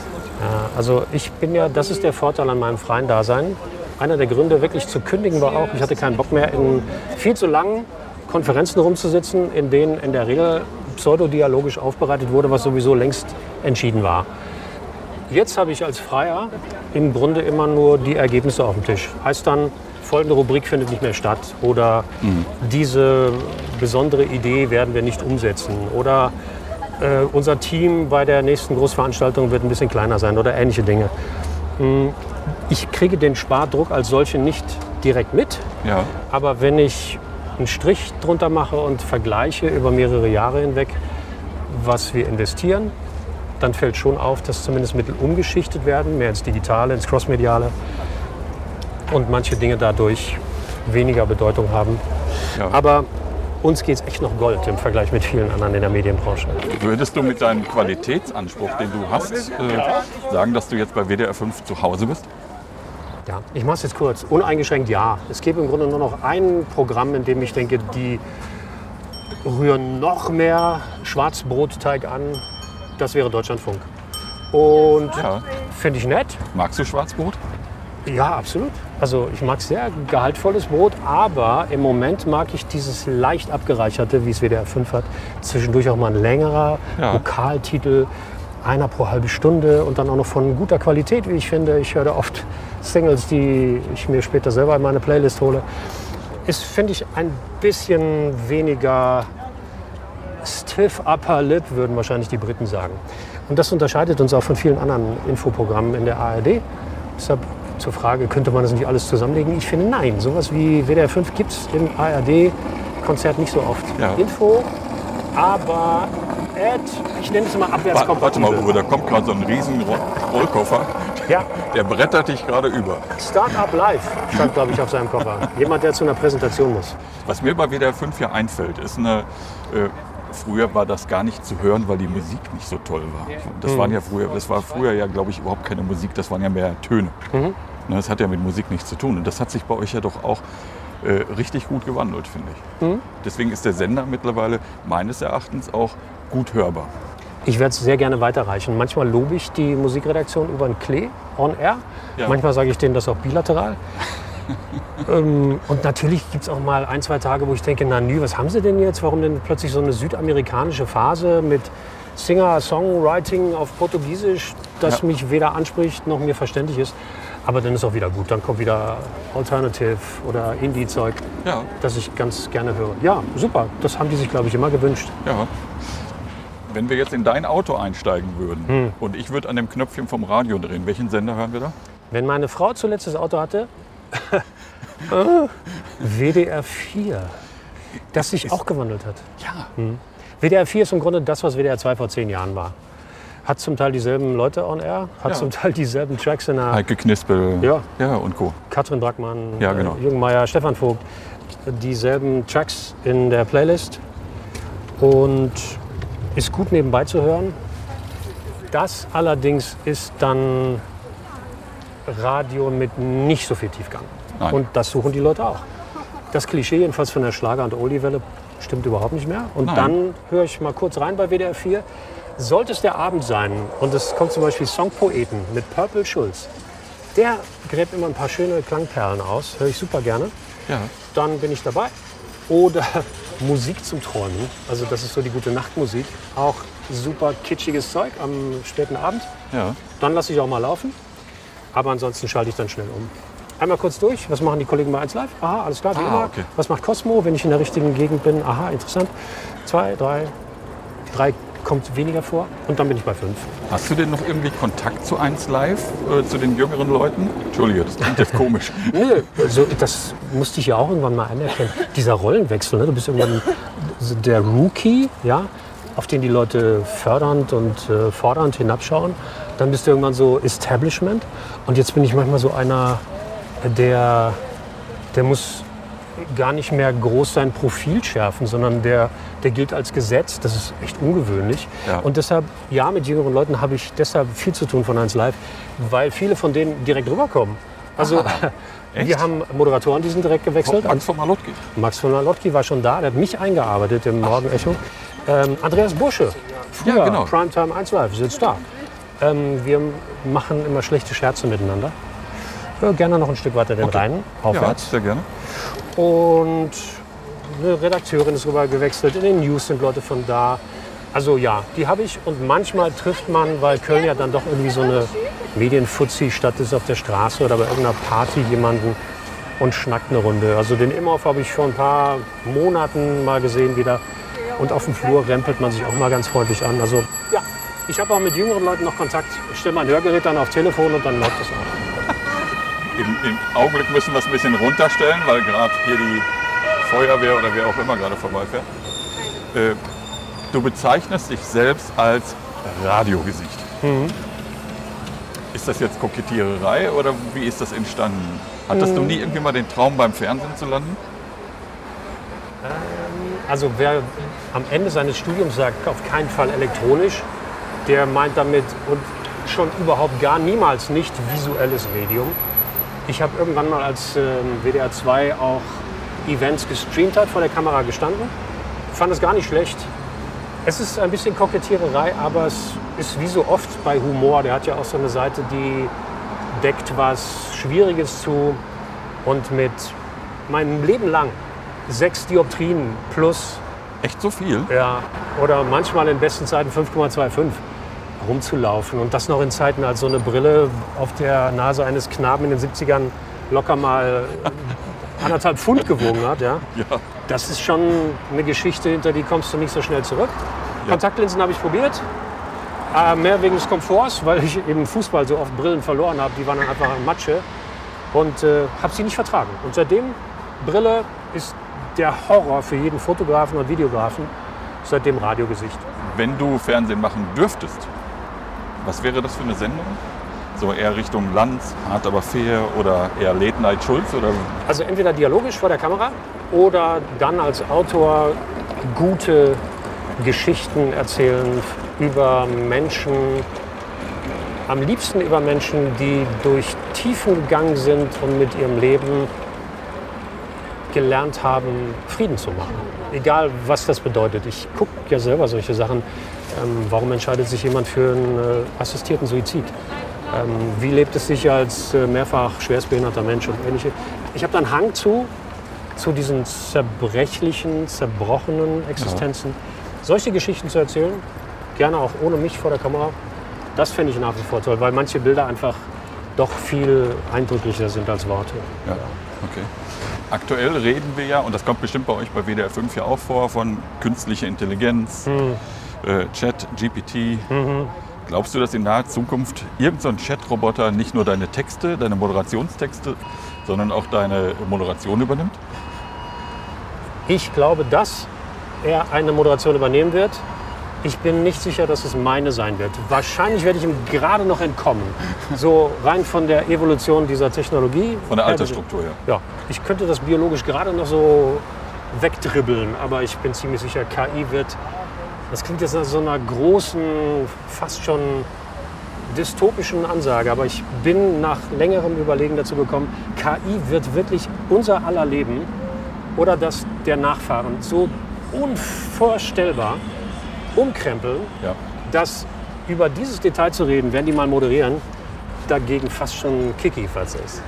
Also ich bin ja, das ist der Vorteil an meinem freien Dasein. Einer der Gründe, wirklich zu kündigen, war auch, ich hatte keinen Bock mehr, in viel zu langen Konferenzen rumzusitzen, in denen in der Regel pseudodialogisch aufbereitet wurde, was sowieso längst entschieden war. Jetzt habe ich als Freier im Grunde immer nur die Ergebnisse auf dem Tisch. Heißt dann, folgende Rubrik findet nicht mehr statt oder mhm. diese besondere Idee werden wir nicht umsetzen oder äh, unser Team bei der nächsten Großveranstaltung wird ein bisschen kleiner sein oder ähnliche Dinge. Ich kriege den Spardruck als solchen nicht direkt mit. Ja. Aber wenn ich einen Strich drunter mache und vergleiche über mehrere Jahre hinweg, was wir investieren, dann fällt schon auf, dass zumindest Mittel umgeschichtet werden, mehr ins Digitale, ins Crossmediale und manche Dinge dadurch weniger Bedeutung haben. Ja. Aber uns geht es echt noch Gold im Vergleich mit vielen anderen in der Medienbranche. Würdest du mit deinem Qualitätsanspruch, den du hast, äh, sagen, dass du jetzt bei W D R fünf zu Hause bist? Ja, ich mache es jetzt kurz. Uneingeschränkt ja. Es gäbe im Grunde nur noch ein Programm, in dem ich denke, die rühren noch mehr Schwarzbrotteig an. Das wäre Deutschlandfunk. Und Ja. finde ich nett. Magst du Schwarzbrot? Ja, absolut. Also ich mag sehr gehaltvolles Brot, aber im Moment mag ich dieses leicht abgereicherte, wie es W D R fünf hat. Zwischendurch auch mal ein längerer Ja. Vokaltitel, einer pro halbe Stunde und dann auch noch von guter Qualität, wie ich finde. Ich höre da oft Singles, die ich mir später selber in meine Playlist hole. Ist, finde ich, ein bisschen weniger stiff upper lip, würden wahrscheinlich die Briten sagen. Und das unterscheidet uns auch von vielen anderen Infoprogrammen in der A R D. Deshalb zur Frage, könnte man das nicht alles zusammenlegen? Ich finde, nein. Sowas wie W D R fünf gibt es im A R D-Konzert nicht so oft. Ja. Info, aber Ad, ich nenne es mal abwärtskompatibel. Warte mal, Uwe, da kommt gerade so ein riesen Rollkoffer. Ja, Der brettert dich gerade über. Startup Live stand, glaube ich, auf seinem Koffer. Jemand, der zu einer Präsentation muss. Was mir bei W D R fünf ja einfällt, ist eine... Äh, früher war das gar nicht zu hören, weil die Musik nicht so toll war. Das, waren ja früher, das war früher ja, glaube ich, überhaupt keine Musik. Das waren ja mehr Töne. Mhm. Das hat ja mit Musik nichts zu tun. Und das hat sich bei euch ja doch auch äh, richtig gut gewandelt, finde ich. Mhm. Deswegen ist der Sender mittlerweile meines Erachtens auch gut hörbar. Ich werde es sehr gerne weiterreichen. Manchmal lobe ich die Musikredaktion über den Klee on air. Ja. Manchmal sage ich denen das auch bilateral. ähm, und natürlich gibt es auch mal ein, zwei Tage, wo ich denke, na nü, was haben sie denn jetzt? Warum denn plötzlich so eine südamerikanische Phase mit Singer-Songwriting auf Portugiesisch, das Ja. mich weder anspricht noch mir verständlich ist. Aber dann ist auch wieder gut. Dann kommt wieder Alternative oder Indie-Zeug, Ja, das ich ganz gerne höre. Ja, super. Das haben die sich, glaube ich, immer gewünscht. ja. Wenn wir jetzt in dein Auto einsteigen würden Hm. und ich würde an dem Knöpfchen vom Radio drehen, welchen Sender hören wir da? Wenn meine Frau zuletzt das Auto hatte, äh, W D R vier, das sich auch gewandelt hat. Ja. W D R vier ist im Grunde das, was W D R zwei vor zehn Jahren war. Hat zum Teil dieselben Leute on air, hat Ja. zum Teil dieselben Tracks in der Heike Knispel Ja. ja, und Co. Katrin Brackmann, Ja, genau. äh, Jürgen Meier, Stefan Vogt, dieselben Tracks in der Playlist und ist gut nebenbei zu hören. Das allerdings ist dann Radio mit nicht so viel Tiefgang. Nein. Und das suchen die Leute auch. Das Klischee jedenfalls von der Schlager- und Oldie-Welle stimmt überhaupt nicht mehr. Und Nein. dann höre ich mal kurz rein bei W D R vier. Sollte es der Abend sein und es kommt zum Beispiel Songpoeten mit Purple Schulz, der gräbt immer ein paar schöne Klangperlen aus, höre ich super gerne. Ja. Dann bin ich dabei. Oder Musik zum Träumen, also das ist so die gute Nachtmusik. Auch super kitschiges Zeug am späten Abend. Ja. Dann lasse ich auch mal laufen. Aber ansonsten schalte ich dann schnell um. Einmal kurz durch. Was machen die Kollegen bei eins Live? Aha, alles klar, wie Ah, immer. okay. Was macht Cosmo, wenn ich in der richtigen Gegend bin? Aha, interessant. Zwei, drei. Drei kommt weniger vor. Und dann bin ich bei fünf. Hast du denn noch irgendwie Kontakt zu eins Live, äh, zu den jüngeren Leuten? Entschuldige, das klingt jetzt komisch. Nö, also das musste ich ja auch irgendwann mal anerkennen. Dieser Rollenwechsel, ne? Du bist irgendwann der Rookie, ja, auf den die Leute fördernd und äh, fordernd hinabschauen. Dann bist du irgendwann so Establishment. Und jetzt bin ich manchmal so einer, der, der muss gar nicht mehr groß sein Profil schärfen, sondern der, der gilt als Gesetz. Das ist echt ungewöhnlich. Ja. Und deshalb, ja, mit jüngeren Leuten habe ich deshalb viel zu tun von eins Live, weil viele von denen direkt rüberkommen. Also Echt? wir haben Moderatoren, die sind direkt gewechselt. Max von Malotki. Max von Malotki war schon da, der hat mich eingearbeitet im Morgenecho. Ähm, Andreas Bursche, früher Ja, genau. Primetime eins Live, sitzt da. Ähm, wir machen immer schlechte Scherze miteinander. Hör gerne noch ein Stück weiter den Okay. Rhein, Ja, aufwärts. sehr gerne. Und eine Redakteurin ist rüber gewechselt, in den News sind Leute von da. Also ja, die habe ich und manchmal trifft man, weil Köln ja dann doch irgendwie so eine Medienfuzzi-Stadt ist auf der Straße oder bei irgendeiner Party jemanden und schnackt eine Runde. Also den Imhoff habe ich vor ein paar Monaten mal gesehen wieder und auf dem Flur rempelt man sich auch mal ganz freundlich an. Also ja, Ich habe auch mit jüngeren Leuten noch Kontakt. Ich stelle mein Hörgerät dann auf Telefon und dann läuft das auch. Im, Im Augenblick müssen wir es ein bisschen runterstellen, weil gerade hier die Feuerwehr oder wer auch immer gerade vorbeifährt. Äh, du bezeichnest dich selbst als Radiogesicht. Mhm. Ist das jetzt Kokettiererei oder wie ist das entstanden? Hattest mhm. du nie irgendwie mal den Traum, beim Fernsehen zu landen? Ähm, also wer am Ende seines Studiums sagt, auf keinen Fall elektronisch, der meint damit und schon überhaupt gar niemals nicht visuelles Medium. Ich habe irgendwann mal als äh, W D R zwei auch Events gestreamt hat, vor der Kamera gestanden. Fand es gar nicht schlecht. Es ist ein bisschen Kokettiererei, aber es ist wie so oft bei Humor. Der hat ja auch so eine Seite, die deckt was Schwieriges zu. Und mit meinem Leben lang sechs Dioptrien plus. Echt so viel? Ja, oder manchmal in besten Zeiten fünf Komma fünfundzwanzig rumzulaufen. Und das noch in Zeiten, als so eine Brille auf der Nase eines Knaben in den siebzigern locker mal anderthalb Pfund gewogen hat. Ja? Ja. Das ist schon eine Geschichte, hinter die kommst du nicht so schnell zurück. Ja. Kontaktlinsen habe ich probiert. Äh, mehr wegen des Komforts, weil ich im Fußball so oft Brillen verloren habe. Die waren dann einfach Matsche. Und äh, habe sie nicht vertragen. Und seitdem, Brille ist der Horror für jeden Fotografen und Videografen. Seitdem Radiogesicht. Wenn du Fernsehen machen dürftest, was wäre das für eine Sendung? So eher Richtung Lanz, hart aber fair oder eher Late Night Schulz? Oder? Also entweder dialogisch vor der Kamera oder dann als Autor gute Geschichten erzählen über Menschen, am liebsten über Menschen, die durch Tiefen gegangen sind und mit ihrem Leben gelernt haben, Frieden zu machen. Egal, was das bedeutet. Ich gucke ja selber solche Sachen. Ähm, warum entscheidet sich jemand für einen äh, assistierten Suizid? Ähm, wie lebt es sich als äh, mehrfach schwerstbehinderter Mensch und ähnliche? Ich habe da einen Hang zu, zu diesen zerbrechlichen, zerbrochenen Existenzen. Ja. Solche Geschichten zu erzählen, gerne auch ohne mich vor der Kamera, das fände ich nach wie vor toll, weil manche Bilder einfach doch viel eindrücklicher sind als Worte. Ja, okay. Aktuell reden wir ja, und das kommt bestimmt bei euch bei W D R fünf ja auch vor, von künstlicher Intelligenz, hm. äh, Chat, G P T. Mhm. Glaubst du, dass in naher Zukunft irgend so ein Chat-Roboter nicht nur deine Texte, deine Moderationstexte, sondern auch deine Moderation übernimmt? Ich glaube, dass er eine Moderation übernehmen wird. Ich bin nicht sicher, dass es meine sein wird. Wahrscheinlich werde ich ihm gerade noch entkommen. So rein von der Evolution dieser Technologie. Von der Altersstruktur, ja. Ja, ich könnte das biologisch gerade noch so wegdribbeln, aber ich bin ziemlich sicher, K I wird, das klingt jetzt nach so einer großen, fast schon dystopischen Ansage, aber ich bin nach längerem Überlegen dazu gekommen, K I wird wirklich unser aller Leben oder das der Nachfahren so unvorstellbar umkrempeln, ja. Dass über dieses Detail zu reden, wenn die mal moderieren, dagegen fast schon Kiki-Fatz ist.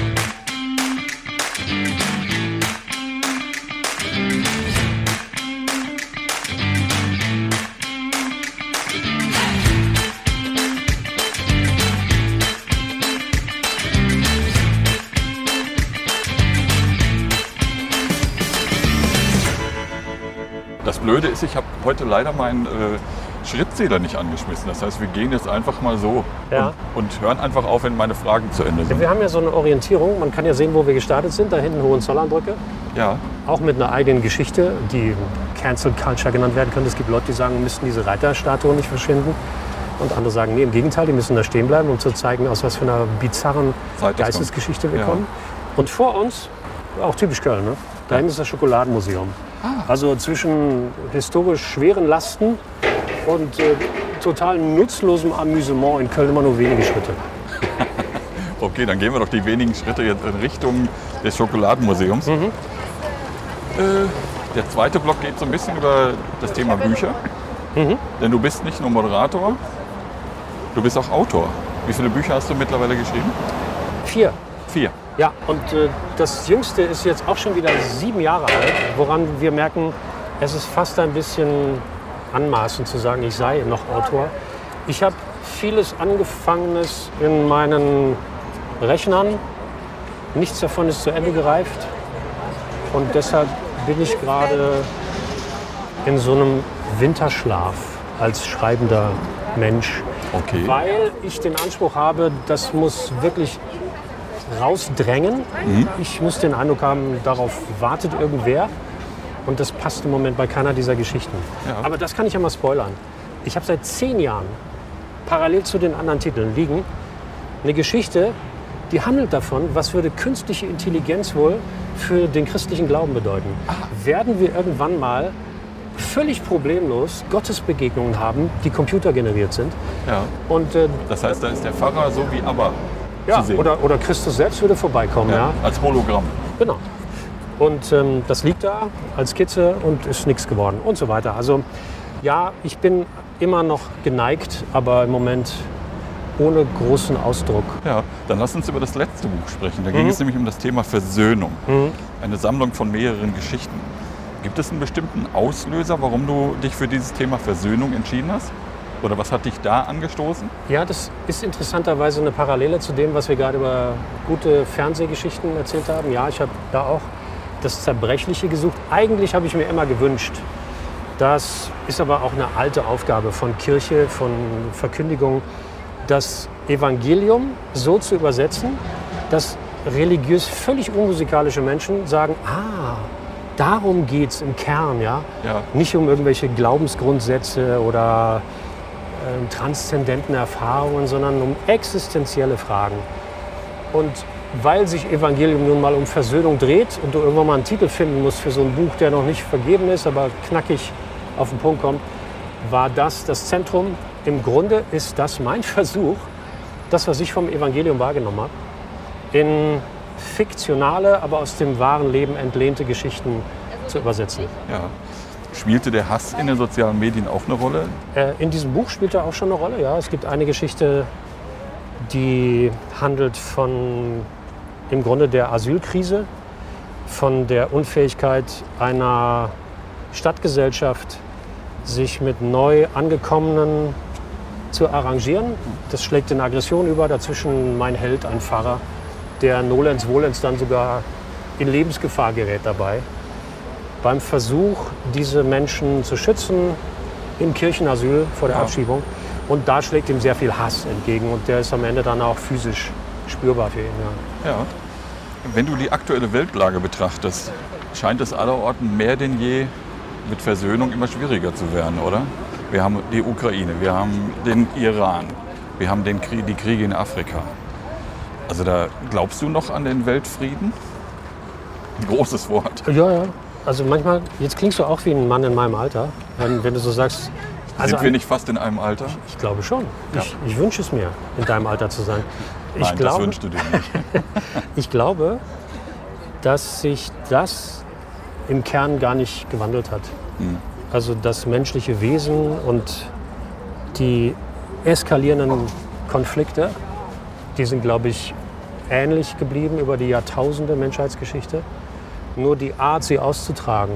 Das Blöde ist, ich habe heute leider meinen äh, Schrittzähler nicht angeschmissen. Das heißt, wir gehen jetzt einfach mal so ja. und, und hören einfach auf, wenn meine Fragen zu Ende sind. Ja, wir haben ja so eine Orientierung. Man kann ja sehen, wo wir gestartet sind. Da hinten Hohenzollernbrücke. Ja. Auch mit einer eigenen Geschichte, die Cancel Culture genannt werden könnte. Es gibt Leute, die sagen, wir müssten diese Reiterstatue nicht verschwinden. Und andere sagen, nee, im Gegenteil, die müssen da stehen bleiben, um zu zeigen, aus was für einer bizarren Geistesgeschichte wir ja. kommen. Und vor uns, auch typisch Köln, ne? Da hinten ist das Schokoladenmuseum. Ah. Also zwischen historisch schweren Lasten und äh, total nutzlosem Amüsement in Köln immer nur wenige Schritte. Okay, dann gehen wir doch die wenigen Schritte jetzt in Richtung des Schokoladenmuseums. Mhm. Äh, der zweite Block geht so ein bisschen über das Thema Bücher. Mhm. Denn du bist nicht nur Moderator, du bist auch Autor. Wie viele Bücher hast du mittlerweile geschrieben? Vier. Vier. Ja, und äh, das Jüngste ist jetzt auch schon wieder sieben Jahre alt, woran wir merken, es ist fast ein bisschen anmaßend zu sagen, ich sei noch Autor. Ich habe vieles Angefangenes in meinen Rechnern, nichts davon ist zu Ende gereift und deshalb bin ich gerade in so einem Winterschlaf. als schreibender Mensch. Okay. Weil ich den Anspruch habe, das muss wirklich rausdrängen. Mhm. Ich muss den Eindruck haben, darauf wartet irgendwer. Und das passt im Moment bei keiner dieser Geschichten. Ja. Aber das kann ich ja mal spoilern. Ich habe seit zehn Jahren parallel zu den anderen Titeln liegen eine Geschichte, die handelt davon, was würde künstliche Intelligenz wohl für den christlichen Glauben bedeuten. Aha. Werden wir irgendwann mal völlig problemlos Gottesbegegnungen haben, die computergeneriert sind? Ja. Und, äh, das heißt, da ist der Pfarrer so wie Abba ja, zu sehen. Oder, oder Christus selbst würde vorbeikommen. Ja, ja. Als Hologramm. Genau. Und ähm, das liegt da als Skizze und ist nichts geworden und so weiter. Also ja, ich bin immer noch geneigt, aber im Moment ohne großen Ausdruck. Ja, dann lass uns über das letzte Buch sprechen. Da ging Mhm. es nämlich um das Thema Versöhnung. Mhm. Eine Sammlung von mehreren Geschichten. Gibt es einen bestimmten Auslöser, warum du dich für dieses Thema Versöhnung entschieden hast? Oder was hat dich da angestoßen? Ja, das ist interessanterweise eine Parallele zu dem, was wir gerade über gute Fernsehgeschichten erzählt haben. Ja, ich habe da auch das Zerbrechliche gesucht. Eigentlich habe ich mir immer gewünscht, das ist aber auch eine alte Aufgabe von Kirche, von Verkündigung, das Evangelium so zu übersetzen, dass religiös völlig unmusikalische Menschen sagen, ah, darum geht es im Kern, ja? Ja. Nicht um irgendwelche Glaubensgrundsätze oder äh, transzendenten Erfahrungen, sondern um existenzielle Fragen. Und weil sich Evangelium nun mal um Versöhnung dreht und du irgendwann mal einen Titel finden musst für so ein Buch, der noch nicht vergeben ist, aber knackig auf den Punkt kommt, war das das Zentrum. Im Grunde ist das mein Versuch, das, was ich vom Evangelium wahrgenommen habe, in fiktionale, aber aus dem wahren Leben entlehnte Geschichten zu übersetzen. Ja. Spielte der Hass in den sozialen Medien auch eine Rolle? Äh, in diesem Buch spielt er auch schon eine Rolle, ja. Es gibt eine Geschichte, die handelt von im Grunde der Asylkrise, von der Unfähigkeit einer Stadtgesellschaft, sich mit neu Angekommenen zu arrangieren. Das schlägt in Aggression über. Dazwischen mein Held, ein Pfarrer, der nolens volens dann sogar in Lebensgefahr gerät dabei. Beim Versuch, diese Menschen zu schützen, im Kirchenasyl vor der Ja. Abschiebung. Und da schlägt ihm sehr viel Hass entgegen und der ist am Ende dann auch physisch spürbar für ihn. Ja. Ja. Wenn du die aktuelle Weltlage betrachtest, scheint es allerorten mehr denn je mit Versöhnung immer schwieriger zu werden, oder? Wir haben die Ukraine, wir haben den Iran, wir haben den Krieg, die Kriege in Afrika. Also da glaubst du noch an den Weltfrieden? Ein großes Wort. Ja, ja. Also manchmal, jetzt klingst du auch wie ein Mann in meinem Alter, wenn, wenn du so sagst. Also Sind wir nicht fast in einem Alter? Ich glaube schon. Ja. Ich, ich wünsche es mir, in deinem Alter zu sein. Ich Nein, glaube, das wünschst du dir nicht. ich glaube, dass sich das im Kern gar nicht gewandelt hat. Hm. Also das menschliche Wesen und die eskalierenden Konflikte, die sind, glaube ich, ähnlich geblieben über die Jahrtausende Menschheitsgeschichte. Nur die Art, sie auszutragen,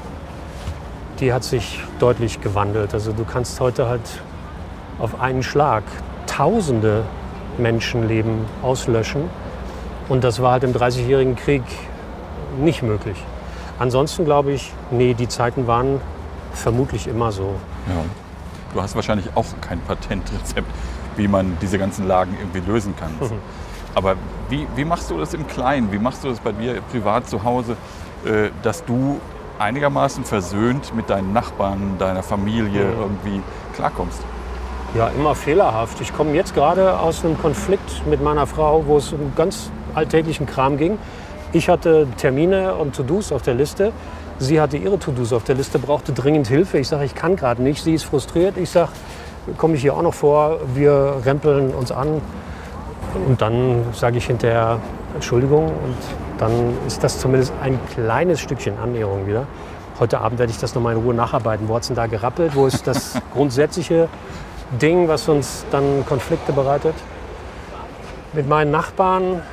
die hat sich deutlich gewandelt. Also du kannst heute halt auf einen Schlag tausende Menschenleben auslöschen. Und das war halt im Dreißigjährigen Krieg nicht möglich. Ansonsten glaube ich, nee, die Zeiten waren vermutlich immer so. Ja. Du hast wahrscheinlich auch kein Patentrezept, wie man diese ganzen Lagen irgendwie lösen kann. Mhm. Aber wie, wie machst du das im Kleinen? Wie machst du das bei dir privat zu Hause, äh, dass du einigermaßen versöhnt mit deinen Nachbarn, deiner Familie mhm. irgendwie klarkommst? Ja, immer fehlerhaft. Ich komme jetzt gerade aus einem Konflikt mit meiner Frau, wo es um ganz alltäglichen Kram ging. Ich hatte Termine und To-Dos auf der Liste. Sie hatte ihre To-Dos auf der Liste, brauchte dringend Hilfe. Ich sage, ich kann gerade nicht. Sie ist frustriert. Ich sage, komme ich hier auch noch vor, wir rempeln uns an. Und dann sage ich hinterher Entschuldigung und dann ist das zumindest ein kleines Stückchen Annäherung wieder. Heute Abend werde ich das nochmal in Ruhe nacharbeiten. Wo hat es denn da gerappelt? Wo ist das grundsätzliche Ding, was uns dann Konflikte bereitet? Mit meinen Nachbarn.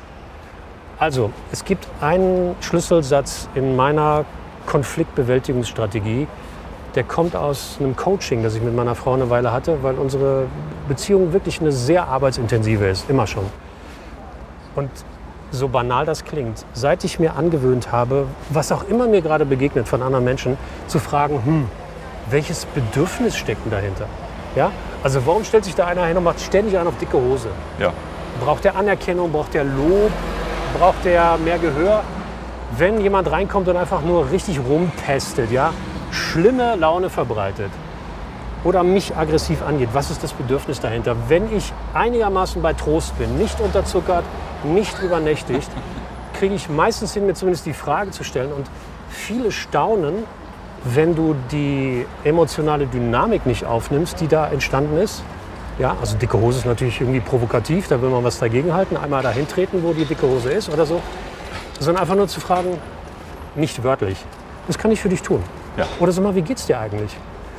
Also, es gibt einen Schlüsselsatz in meiner Konfliktbewältigungsstrategie, der kommt aus einem Coaching, das ich mit meiner Frau eine Weile hatte, weil unsere Beziehung wirklich eine sehr arbeitsintensive ist, immer schon. Und so banal das klingt, seit ich mir angewöhnt habe, was auch immer mir gerade begegnet von anderen Menschen, zu fragen, hm, welches Bedürfnis steckt denn dahinter? Ja? Also warum stellt sich da einer hin und macht ständig einen auf dicke Hose? Ja. Braucht der Anerkennung, braucht der Lob, braucht der mehr Gehör? Wenn jemand reinkommt und einfach nur richtig rumpestet, ja, schlimme Laune verbreitet oder mich aggressiv angeht, was ist das Bedürfnis dahinter? Wenn ich einigermaßen bei Trost bin, nicht unterzuckert, nicht übernächtigt, kriege ich meistens hin, mir zumindest die Frage zu stellen. Und viele staunen, wenn du die emotionale Dynamik nicht aufnimmst, die da entstanden ist. Ja, also dicke Hose ist natürlich irgendwie provokativ, da will man was dagegen halten, einmal dahin treten, wo die dicke Hose ist oder so. Sondern einfach nur zu fragen, nicht wörtlich, was kann ich für dich tun? Ja. Oder sag mal, wie geht's dir eigentlich?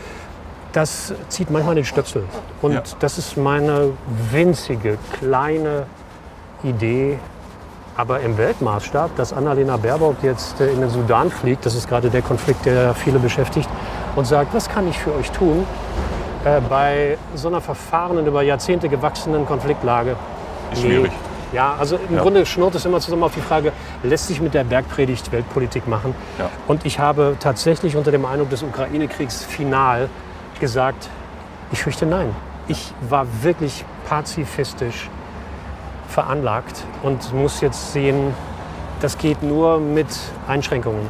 Das zieht manchmal den Stöpsel. Und Ja. das ist meine winzige, kleine Idee, aber im Weltmaßstab, dass Annalena Baerbock jetzt in den Sudan fliegt, das ist gerade der Konflikt, der viele beschäftigt, und sagt, was kann ich für euch tun äh, bei so einer verfahrenen, über Jahrzehnte gewachsenen Konfliktlage? Ist schwierig. Ja, also im Ja. Grunde schnurrt es immer zusammen auf die Frage, lässt sich mit der Bergpredigt Weltpolitik machen? Ja. Und ich habe tatsächlich unter dem Eindruck des Ukraine-Kriegs final gesagt, ich fürchte nein. Ich war wirklich pazifistisch veranlagt und muss jetzt sehen, das geht nur mit Einschränkungen.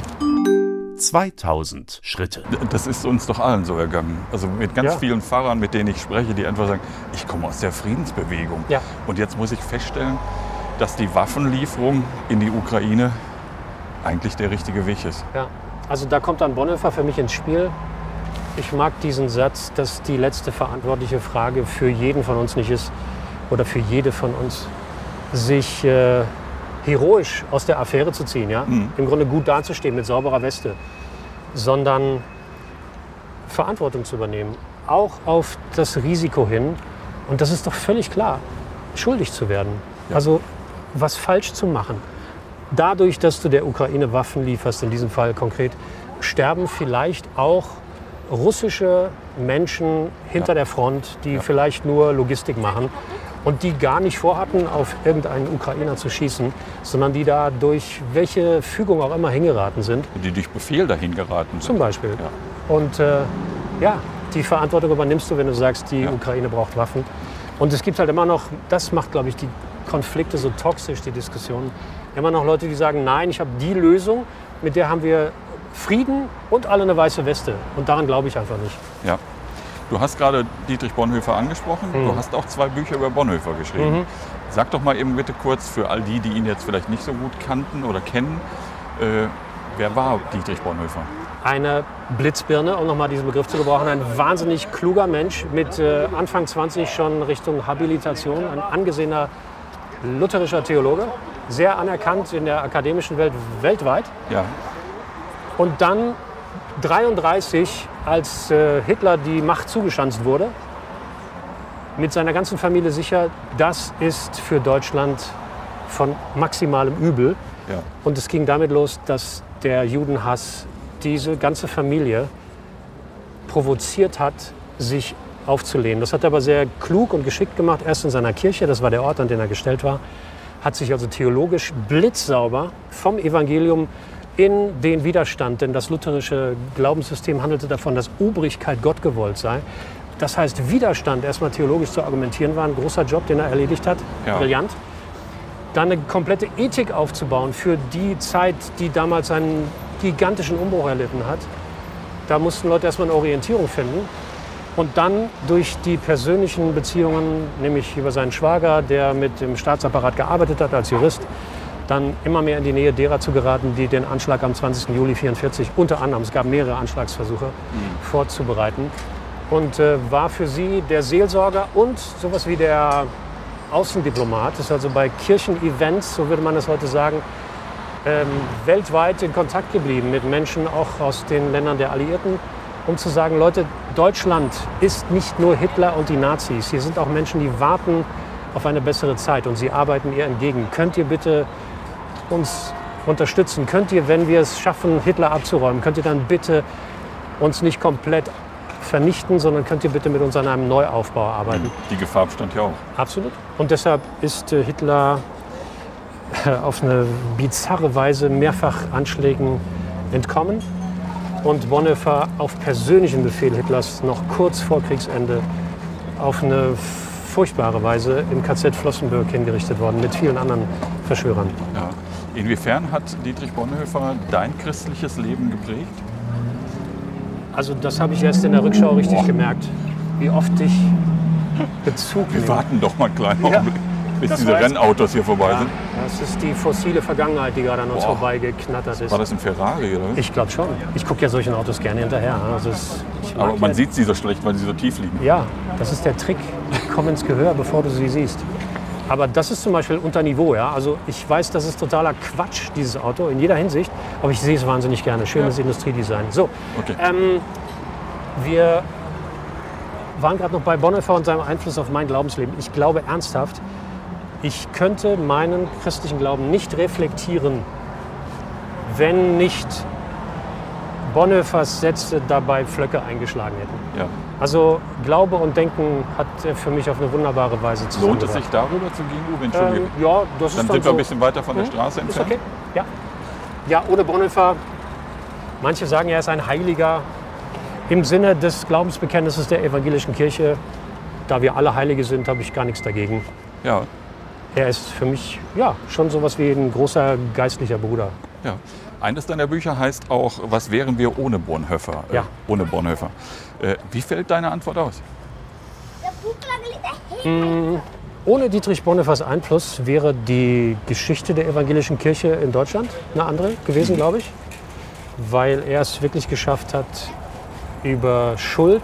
zweitausend Schritte. Das ist uns doch allen so ergangen. Also mit ganz Ja. vielen Pfarrern, mit denen ich spreche, die einfach sagen, ich komme aus der Friedensbewegung. Ja. Und jetzt muss ich feststellen, dass die Waffenlieferung in die Ukraine eigentlich der richtige Weg ist. Ja. Also da kommt dann Bonhoeffer für mich ins Spiel. Ich mag diesen Satz, dass die letzte verantwortliche Frage für jeden von uns nicht ist, oder für jede von uns, sich äh, heroisch aus der Affäre zu ziehen, ja? Mhm. Im Grunde gut dazustehen mit sauberer Weste, sondern Verantwortung zu übernehmen, auch auf das Risiko hin. Und das ist doch völlig klar, schuldig zu werden. Ja. Also was falsch zu machen. Dadurch, dass du der Ukraine Waffen lieferst, in diesem Fall konkret, sterben vielleicht auch russische Menschen hinter Ja. der Front, die Ja. vielleicht nur Logistik machen und die gar nicht vorhatten, auf irgendeinen Ukrainer zu schießen, sondern die da durch welche Fügung auch immer hingeraten sind, Die durch Befehl dahin geraten sind. zum Beispiel. Ja. Und äh, ja, die Verantwortung übernimmst du, wenn du sagst, die Ja. Ukraine braucht Waffen. Und es gibt halt immer noch, das macht, glaube ich, die Konflikte so toxisch, die Diskussionen, immer noch Leute, die sagen, nein, ich habe die Lösung, mit der haben wir Frieden und alle eine weiße Weste. Und daran glaube ich einfach nicht. Ja. Du hast gerade Dietrich Bonhoeffer angesprochen. Mhm. Du hast auch zwei Bücher über Bonhoeffer geschrieben. Mhm. Sag doch mal eben bitte kurz für all die, die ihn jetzt vielleicht nicht so gut kannten oder kennen, äh, wer war Dietrich Bonhoeffer? Eine Blitzbirne, um nochmal diesen Begriff zu gebrauchen, ein wahnsinnig kluger Mensch mit äh, Anfang zwanzig schon Richtung Habilitation, ein angesehener lutherischer Theologe, sehr anerkannt in der akademischen Welt weltweit. Ja. Und dann dreiunddreißig, als äh, Hitler die Macht zugeschanzt wurde, mit seiner ganzen Familie sicher, das ist für Deutschland von maximalem Übel. Ja. Und es ging damit los, dass der Judenhass diese ganze Familie provoziert hat, sich aufzulehnen. Das hat er aber sehr klug und geschickt gemacht, erst in seiner Kirche, das war der Ort, an den er gestellt war, hat sich also theologisch blitzsauber vom Evangelium in den Widerstand, denn das lutherische Glaubenssystem handelte davon, dass Obrigkeit Gott gewollt sei. Das heißt, Widerstand erstmal theologisch zu argumentieren, war ein großer Job, den er erledigt hat. Ja. Brillant. Dann eine komplette Ethik aufzubauen für die Zeit, die damals einen gigantischen Umbruch erlitten hat. Da mussten Leute erstmal eine Orientierung finden. Und dann durch die persönlichen Beziehungen, nämlich über seinen Schwager, der mit dem Staatsapparat gearbeitet hat als Jurist, dann immer mehr in die Nähe derer zu geraten, die den Anschlag am zwanzigsten Juli neunzehnhundertvierundvierzig unter anderem, es gab mehrere Anschlagsversuche, mhm. vorzubereiten. Und äh, war für sie der Seelsorger und sowas wie der Außendiplomat, ist also bei Kirchenevents, so würde man es heute sagen, ähm, weltweit in Kontakt geblieben mit Menschen auch aus den Ländern der Alliierten, um zu sagen, Leute, Deutschland ist nicht nur Hitler und die Nazis. Hier sind auch Menschen, die warten auf eine bessere Zeit und sie arbeiten ihr entgegen. Könnt ihr bitte uns unterstützen? Könnt ihr, wenn wir es schaffen, Hitler abzuräumen, könnt ihr dann bitte uns nicht komplett vernichten, sondern könnt ihr bitte mit uns an einem Neuaufbau arbeiten? Die Gefahr bestand ja auch. Absolut. Und deshalb ist äh, Hitler äh, auf eine bizarre Weise mehrfach Anschlägen entkommen. und Bonhoeffer auf persönlichen Befehl Hitlers noch kurz vor Kriegsende auf eine furchtbare Weise im K Z Flossenbürg hingerichtet worden, mit vielen anderen Verschwörern. Ja. Inwiefern hat Dietrich Bonhoeffer dein christliches Leben geprägt? Also das habe ich erst in der Rückschau richtig Boah. gemerkt, wie oft ich Bezug Wir nehme. warten doch mal einen kleinen Ja, Augenblick, bis das diese weiß- Rennautos hier vorbei Ja, sind. das ist die fossile Vergangenheit, die gerade an uns Boah. vorbeigeknattert ist. War das ein Ferrari, oder? Ich glaube schon. Ich gucke ja solchen Autos gerne hinterher. Also es, ich mag Aber man ja- sieht sie so schlecht, weil sie so tief liegen. Ja, das ist der Trick. Komm ins Gehör, bevor du sie siehst. Aber das ist zum Beispiel unter Niveau. Ja? Also ich weiß, das ist totaler Quatsch, dieses Auto, in jeder Hinsicht. Aber ich sehe es wahnsinnig gerne. Schönes Ja. Industriedesign. So, Okay. ähm, wir waren gerade noch bei Bonhoeffer und seinem Einfluss auf mein Glaubensleben. Ich glaube ernsthaft, ich könnte meinen christlichen Glauben nicht reflektieren, wenn nicht Bonhoeffers Sätze dabei Pflöcke eingeschlagen hätten. Ja. Also Glaube und Denken hat er für mich auf eine wunderbare Weise zusammengebracht. Lohnt es sich darüber zu gehen, Uwe? Entschuldige. Ähm, ja, das Dann ist dann sind wir so. ein bisschen weiter von der Mhm. Straße Ist entfernt. okay. Ja. Ja, ohne Bonhoeffer. Manche sagen, er ist ein Heiliger im Sinne des Glaubensbekenntnisses der evangelischen Kirche. Da wir alle Heilige sind, habe ich gar nichts dagegen. Ja, Er ist für mich ja schon sowas wie ein großer geistlicher Bruder. ja. Eines deiner Bücher heißt auch, was wären wir ohne Bonhoeffer? Äh, Ja. Ohne Bonhoeffer. Äh, wie fällt deine Antwort aus? Ohne Dietrich Bonhoeffers Einfluss wäre die Geschichte der evangelischen Kirche in Deutschland eine andere gewesen, glaube ich. Weil er es wirklich geschafft hat, über Schuld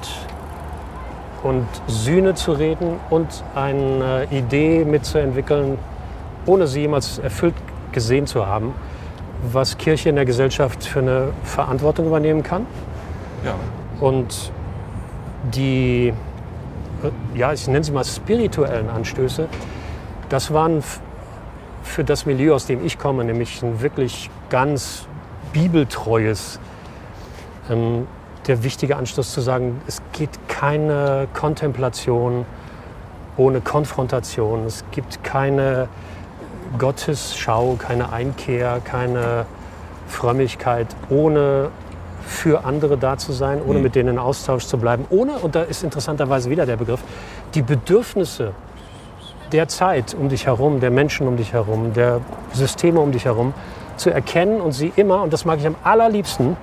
und Sühne zu reden und eine Idee mitzuentwickeln, ohne sie jemals erfüllt gesehen zu haben, was Kirche in der Gesellschaft für eine Verantwortung übernehmen kann. Ja. Und die, äh, ja, ich nenne sie mal spirituellen Anstöße, das waren f- für das Milieu, aus dem ich komme, nämlich ein wirklich ganz bibeltreues, ähm, der wichtige Anstoß zu sagen, es geht keine Kontemplation ohne Konfrontation, es gibt keine Gottesschau, keine Einkehr, keine Frömmigkeit, ohne für andere da zu sein, ohne Mhm. mit denen in Austausch zu bleiben, ohne, und da ist interessanterweise wieder der Begriff, die Bedürfnisse der Zeit um dich herum, der Menschen um dich herum, der Systeme um dich herum zu erkennen und sie immer, und das mag ich am allerliebsten,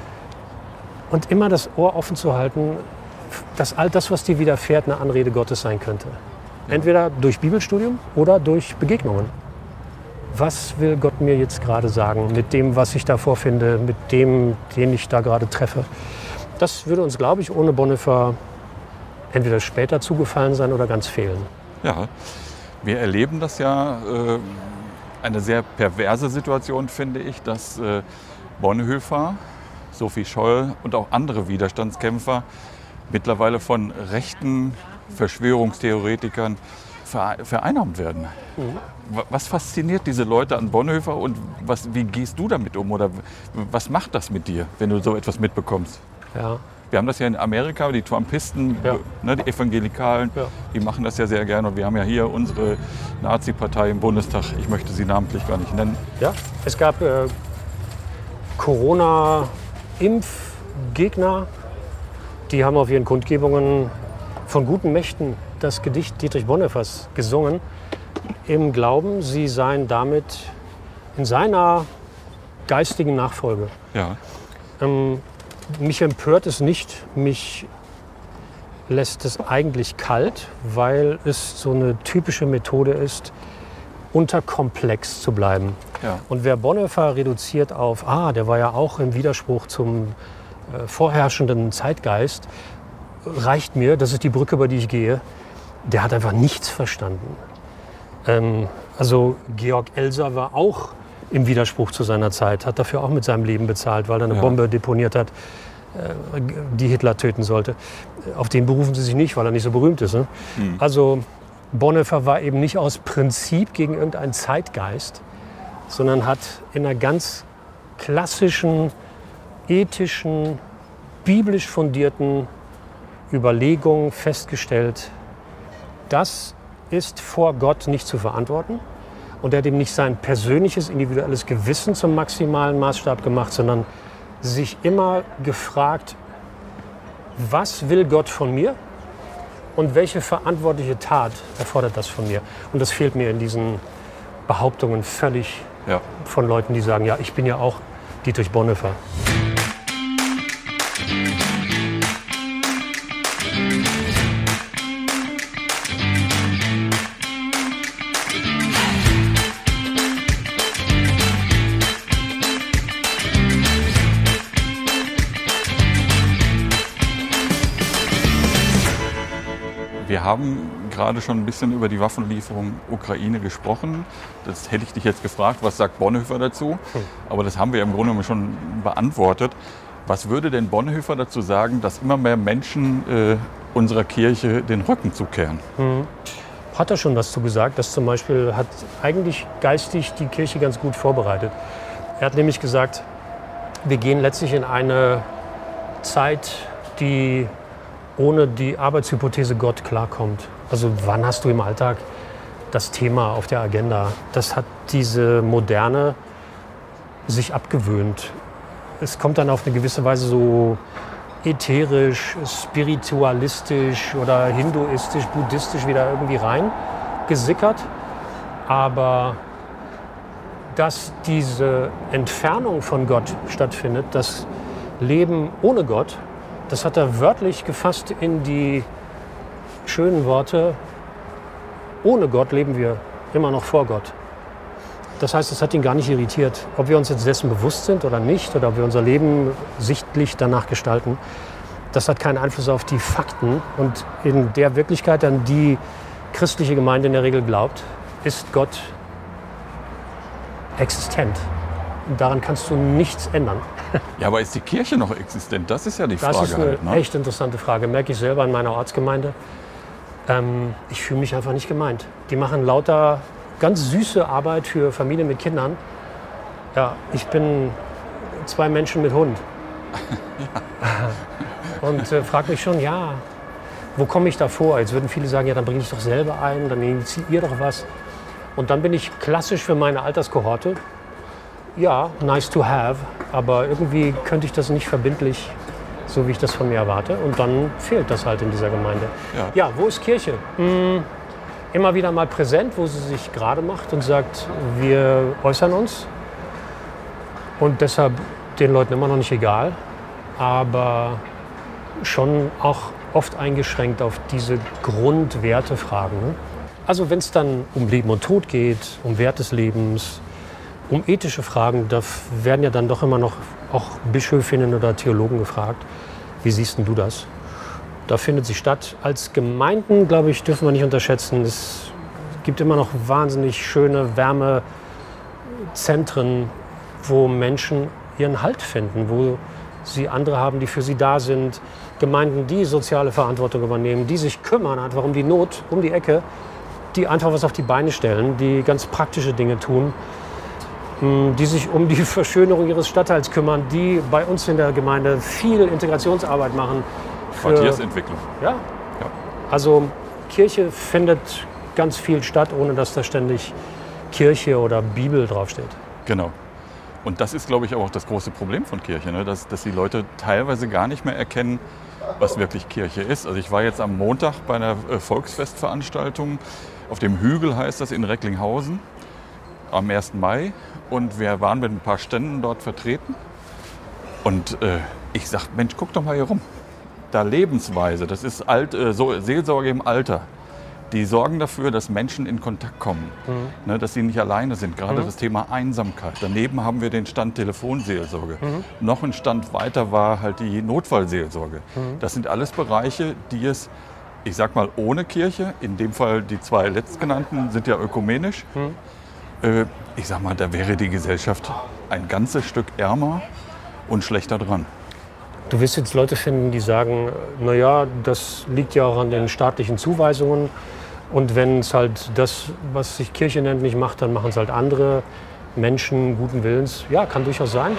und immer das Ohr offen zu halten, dass all das, was dir widerfährt, eine Anrede Gottes sein könnte. Entweder durch Bibelstudium oder durch Begegnungen. Was will Gott mir jetzt gerade sagen mit dem, was ich da vorfinde, mit dem, den ich da gerade treffe? Das würde uns, glaube ich, ohne Bonhoeffer entweder später zugefallen sein oder ganz fehlen. Ja, wir erleben das ja, äh, eine sehr perverse Situation, finde ich, dass äh, Bonhoeffer, Sophie Scholl und auch andere Widerstandskämpfer mittlerweile von rechten Verschwörungstheoretikern ver vereinnahmt werden. Wa- Was fasziniert diese Leute an Bonhoeffer und was, wie gehst du damit um oder was macht das mit dir, wenn du so etwas mitbekommst? Ja, Wir haben das ja in Amerika, die Trumpisten, Ja. ne, die Evangelikalen, Ja. die machen das ja sehr gerne. Und wir haben ja hier unsere Nazi-Partei im Bundestag, ich möchte sie namentlich gar nicht nennen. ja. Es gab äh, Corona-Impfgegner, die haben auf ihren Kundgebungen von guten Mächten das Gedicht Dietrich Bonhoeffers gesungen, im Glauben, sie seien damit in seiner geistigen Nachfolge. Ja, Ähm, mich empört es nicht, mich lässt es eigentlich kalt, weil es so eine typische Methode ist, unterkomplex zu bleiben. ja, Und wer Bonhoeffer reduziert auf, ah, der war ja auch im Widerspruch zum äh, vorherrschenden Zeitgeist, reicht mir, das ist die Brücke, über die ich gehe, der hat einfach nichts verstanden. Ähm, also Georg Elser war auch im Widerspruch zu seiner Zeit, hat dafür auch mit seinem Leben bezahlt, weil er eine Ja. Bombe deponiert hat, äh, die Hitler töten sollte. Auf den berufen sie sich nicht, weil er nicht so berühmt ist. Ne? Hm. Also Bonhoeffer war eben nicht aus Prinzip gegen irgendeinen Zeitgeist, sondern hat in einer ganz klassischen, ethischen, biblisch fundierten Überlegung festgestellt, das ist vor Gott nicht zu verantworten. Und er hat ihm nicht sein persönliches, individuelles Gewissen zum maximalen Maßstab gemacht, sondern sich immer gefragt, was will Gott von mir und welche verantwortliche Tat erfordert das von mir? Und das fehlt mir in diesen Behauptungen völlig Ja. von Leuten, die sagen, ja, ich bin ja auch Dietrich Bonhoeffer. Wir haben gerade schon ein bisschen über die Waffenlieferung Ukraine gesprochen. Das hätte ich dich jetzt gefragt, was sagt Bonhoeffer dazu? Aber das haben wir im Grunde schon beantwortet. Was würde denn Bonhoeffer dazu sagen, dass immer mehr Menschen äh, unserer Kirche den Rücken zukehren? Mhm. Hat er schon was zu gesagt? Das zum Beispiel hat eigentlich geistig die Kirche ganz gut vorbereitet. Er hat nämlich gesagt, wir gehen letztlich in eine Zeit, die ohne die Arbeitshypothese Gott klarkommt. Also wann hast du im Alltag das Thema auf der Agenda? Das hat diese Moderne sich abgewöhnt. Es kommt dann auf eine gewisse Weise so ätherisch, spiritualistisch oder hinduistisch, buddhistisch wieder irgendwie rein gesickert. Aber dass diese Entfernung von Gott stattfindet, das Leben ohne Gott, das hat er wörtlich gefasst in die schönen Worte, ohne Gott leben wir immer noch vor Gott. Das heißt, es hat ihn gar nicht irritiert, ob wir uns jetzt dessen bewusst sind oder nicht, oder ob wir unser Leben sichtlich danach gestalten. Das hat keinen Einfluss auf die Fakten. Und in der Wirklichkeit, an die christliche Gemeinde in der Regel glaubt, ist Gott existent. Und daran kannst du nichts ändern. Ja, aber ist die Kirche noch existent? Das ist ja die Das Frage ist eine halt, ne? echt interessante Frage. Merke ich selber in meiner Ortsgemeinde. Ähm, ich fühle mich einfach nicht gemeint. Die machen lauter ganz süße Arbeit für Familien mit Kindern. Ja, ich bin zwei Menschen mit Hund. Ja. Und äh, frage mich schon, ja, wo komme ich da vor? Jetzt würden viele sagen, ja, dann bringe ich doch selber ein, dann initiiert doch was. Und dann bin ich klassisch für meine Alterskohorte. Ja, nice to have, aber irgendwie könnte ich das nicht verbindlich, so wie ich das von mir erwarte. Und dann fehlt das halt in dieser Gemeinde. Ja, ja wo ist Kirche? Hm, immer wieder mal präsent, wo sie sich gerade macht und sagt, wir äußern uns. Und deshalb den Leuten immer noch nicht egal, aber schon auch oft eingeschränkt auf diese Grundwertefragen. Ne? Also wenn es dann um Leben und Tod geht, um Wert des Lebens, um ethische Fragen, da werden ja dann doch immer noch auch Bischöfinnen oder Theologen gefragt. Wie siehst denn du das? Da findet sie statt. Als Gemeinden, glaube ich, dürfen wir nicht unterschätzen. Es gibt immer noch wahnsinnig schöne Wärmezentren, wo Menschen ihren Halt finden, wo sie andere haben, die für sie da sind. Gemeinden, die soziale Verantwortung übernehmen, die sich kümmern, einfach um die Not, um die Ecke, die einfach was auf die Beine stellen, die ganz praktische Dinge tun, die sich um die Verschönerung ihres Stadtteils kümmern, die bei uns in der Gemeinde viel Integrationsarbeit machen. Für, Quartiersentwicklung. Ja. Ja. Also Kirche findet ganz viel statt, ohne dass da ständig Kirche oder Bibel draufsteht. Genau. Und das ist, glaube ich, auch das große Problem von Kirche, ne? dass, dass die Leute teilweise gar nicht mehr erkennen, was wirklich Kirche ist. Also ich war jetzt am Montag bei einer äh, Volksfestveranstaltung, auf dem Hügel heißt das, in Recklinghausen, am ersten Mai. Und wir waren mit ein paar Ständen dort vertreten. Und äh, ich sag, Mensch, guck doch mal hier rum. Da Lebensweise, das ist alt, äh, so, Seelsorge im Alter. Die sorgen dafür, dass Menschen in Kontakt kommen, mhm. ne, dass sie nicht alleine sind. Gerade mhm. das Thema Einsamkeit. Daneben haben wir den Stand Telefonseelsorge. Mhm. Noch ein Stand weiter war halt die Notfallseelsorge. Mhm. Das sind alles Bereiche, die es, ich sag mal, ohne Kirche, in dem Fall die zwei letztgenannten sind ja ökumenisch. Mhm. Äh, ich sag mal, da wäre die Gesellschaft ein ganzes Stück ärmer und schlechter dran. Du wirst jetzt Leute finden, die sagen, naja, das liegt ja auch an den staatlichen Zuweisungen. Und wenn es halt das, was sich Kirche nennt, nicht macht, dann machen es halt andere Menschen guten Willens. Ja, kann durchaus sein.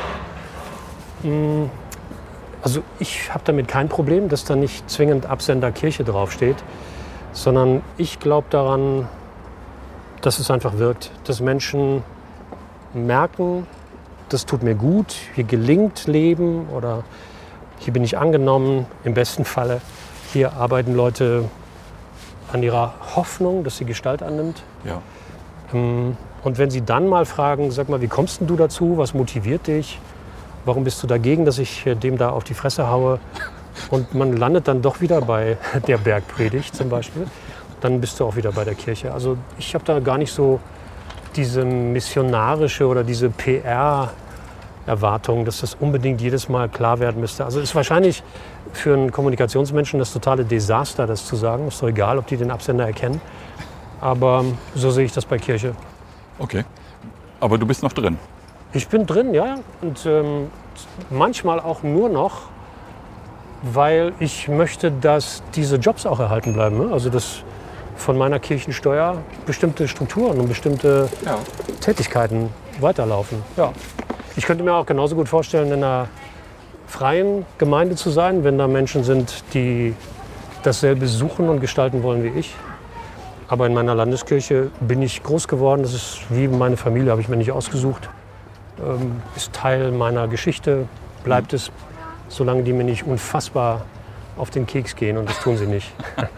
Also ich habe damit kein Problem, dass da nicht zwingend Absender Kirche draufsteht, sondern ich glaube daran, dass es einfach wirkt, dass Menschen merken, das tut mir gut, hier gelingt Leben oder hier bin ich angenommen, im besten Falle. Hier arbeiten Leute an ihrer Hoffnung, dass sie Gestalt annimmt. Ja. Und wenn sie dann mal fragen, sag mal, wie kommst denn du dazu, was motiviert dich, warum bist du dagegen, dass ich dem da auf die Fresse haue? Und man landet dann doch wieder bei der Bergpredigt zum Beispiel. Dann bist du auch wieder bei der Kirche. Also ich habe da gar nicht so diese missionarische oder diese P R-Erwartung, dass das unbedingt jedes Mal klar werden müsste. Also ist wahrscheinlich für einen Kommunikationsmenschen das totale Desaster, das zu sagen. Ist doch egal, ob die den Absender erkennen. Aber so sehe ich das bei Kirche. Okay. Aber du bist noch drin? Ich bin drin, ja. Und ähm, manchmal auch nur noch, weil ich möchte, dass diese Jobs auch erhalten bleiben. Ne? Also dass von meiner Kirchensteuer bestimmte Strukturen und bestimmte Ja. Tätigkeiten weiterlaufen. Ja. Ich könnte mir auch genauso gut vorstellen, in einer freien Gemeinde zu sein, wenn da Menschen sind, die dasselbe suchen und gestalten wollen wie ich. Aber in meiner Landeskirche bin ich groß geworden. Das ist wie meine Familie, habe ich mir nicht ausgesucht. Ähm, ist Teil meiner Geschichte, bleibt es, solange die mir nicht unfassbar auf den Keks gehen. Und das tun sie nicht.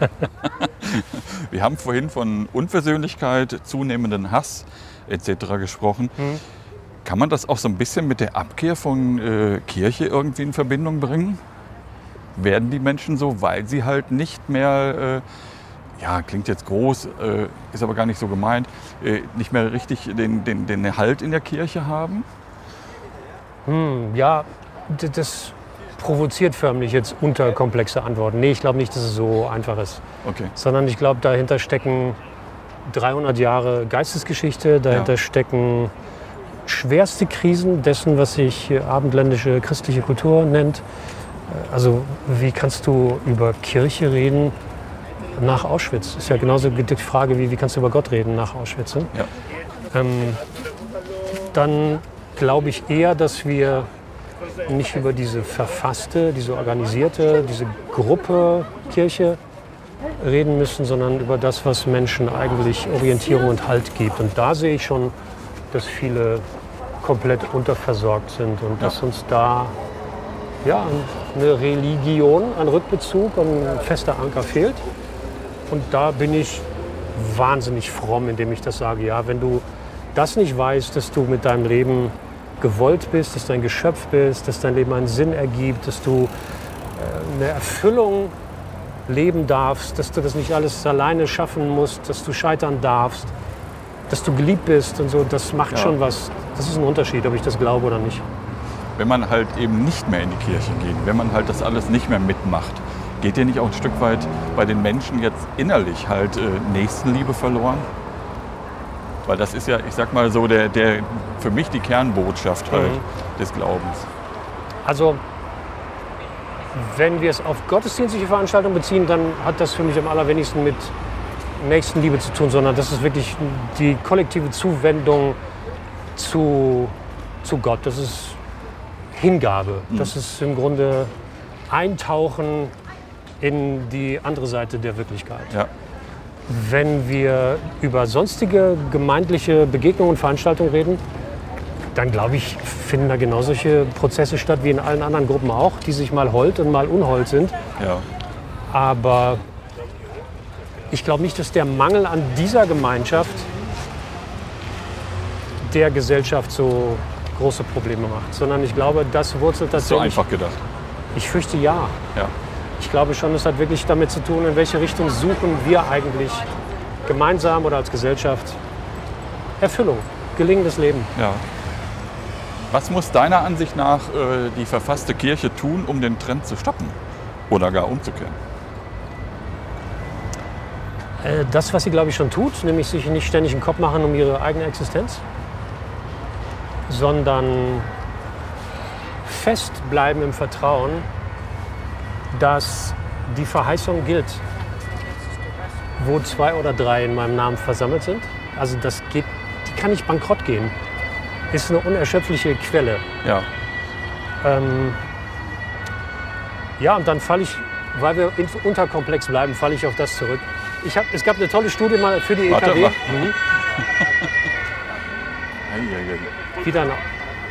Wir haben vorhin von Unversöhnlichkeit, zunehmenden Hass et cetera gesprochen. Mhm. Kann man das auch so ein bisschen mit der Abkehr von äh, Kirche irgendwie in Verbindung bringen? Werden die Menschen so, weil sie halt nicht mehr, äh, ja, klingt jetzt groß, äh, ist aber gar nicht so gemeint, äh, nicht mehr richtig den, den, den Halt in der Kirche haben? Hm, ja, d- das provoziert förmlich jetzt unterkomplexe Antworten. Nee, ich glaube nicht, dass es so einfach ist. Okay. Sondern ich glaube, dahinter stecken dreihundert Jahre Geistesgeschichte, dahinter Ja. stecken schwerste Krisen dessen, was sich abendländische christliche Kultur nennt. Also wie kannst du über Kirche reden nach Auschwitz? Ist ja genauso die Frage, wie, wie kannst du über Gott reden nach Auschwitz? Ne? Ja. Ähm, dann glaube ich eher, dass wir nicht über diese verfasste, diese organisierte, diese Gruppe Kirche reden müssen, sondern über das, was Menschen eigentlich Orientierung und Halt gibt. Und da sehe ich schon, dass viele komplett unterversorgt sind und Ja. dass uns da ja, eine Religion, ein Rückbezug, ein fester Anker fehlt. Und da bin ich wahnsinnig fromm, indem ich das sage. Ja, wenn du das nicht weißt, dass du mit deinem Leben gewollt bist, dass du ein Geschöpf bist, dass dein Leben einen Sinn ergibt, dass du äh, eine Erfüllung leben darfst, dass du das nicht alles alleine schaffen musst, dass du scheitern darfst, dass du geliebt bist und so, das macht Ja. schon was. Das ist ein Unterschied, ob ich das glaube oder nicht. Wenn man halt eben nicht mehr in die Kirche geht, wenn man halt das alles nicht mehr mitmacht, geht dir nicht auch ein Stück weit bei den Menschen jetzt innerlich halt äh, Nächstenliebe verloren? Weil das ist ja, ich sag mal so, der, der für mich die Kernbotschaft halt Mhm. des Glaubens. Also, wenn wir es auf gottesdienstliche Veranstaltungen beziehen, dann hat das für mich am allerwenigsten mit Nächstenliebe zu tun, sondern das ist wirklich die kollektive Zuwendung zu, zu Gott. Das ist Hingabe. Das ist im Grunde Eintauchen in die andere Seite der Wirklichkeit. Ja. Wenn wir über sonstige gemeindliche Begegnungen und Veranstaltungen reden, dann glaube ich, finden da genau solche Prozesse statt wie in allen anderen Gruppen auch, die sich mal hold und mal unhold sind. Ja. Aber ich glaube nicht, dass der Mangel an dieser Gemeinschaft der Gesellschaft so große Probleme macht, sondern ich glaube, das wurzelt So tatsächlich. einfach gedacht. Ich fürchte ja. Ja. Ich glaube schon, es hat wirklich damit zu tun, in welche Richtung suchen wir eigentlich gemeinsam oder als Gesellschaft Erfüllung, gelingendes Leben. Ja. Was muss deiner Ansicht nach äh, die verfasste Kirche tun, um den Trend zu stoppen oder gar umzukehren? Äh, Das, was sie, glaube ich, schon tut, nämlich sich nicht ständig einen Kopf machen um ihre eigene Existenz, sondern festbleiben im Vertrauen, dass die Verheißung gilt, wo zwei oder drei in meinem Namen versammelt sind. Also das geht, die kann nicht bankrott gehen. Ist eine unerschöpfliche Quelle. Ja. Ähm, ja, und dann falle ich, weil wir in- unterkomplex bleiben, falle ich auf das zurück. Ich hab, es gab eine tolle Studie mal für die E K W. Warte, Mhm. Eieiei. Wieder ein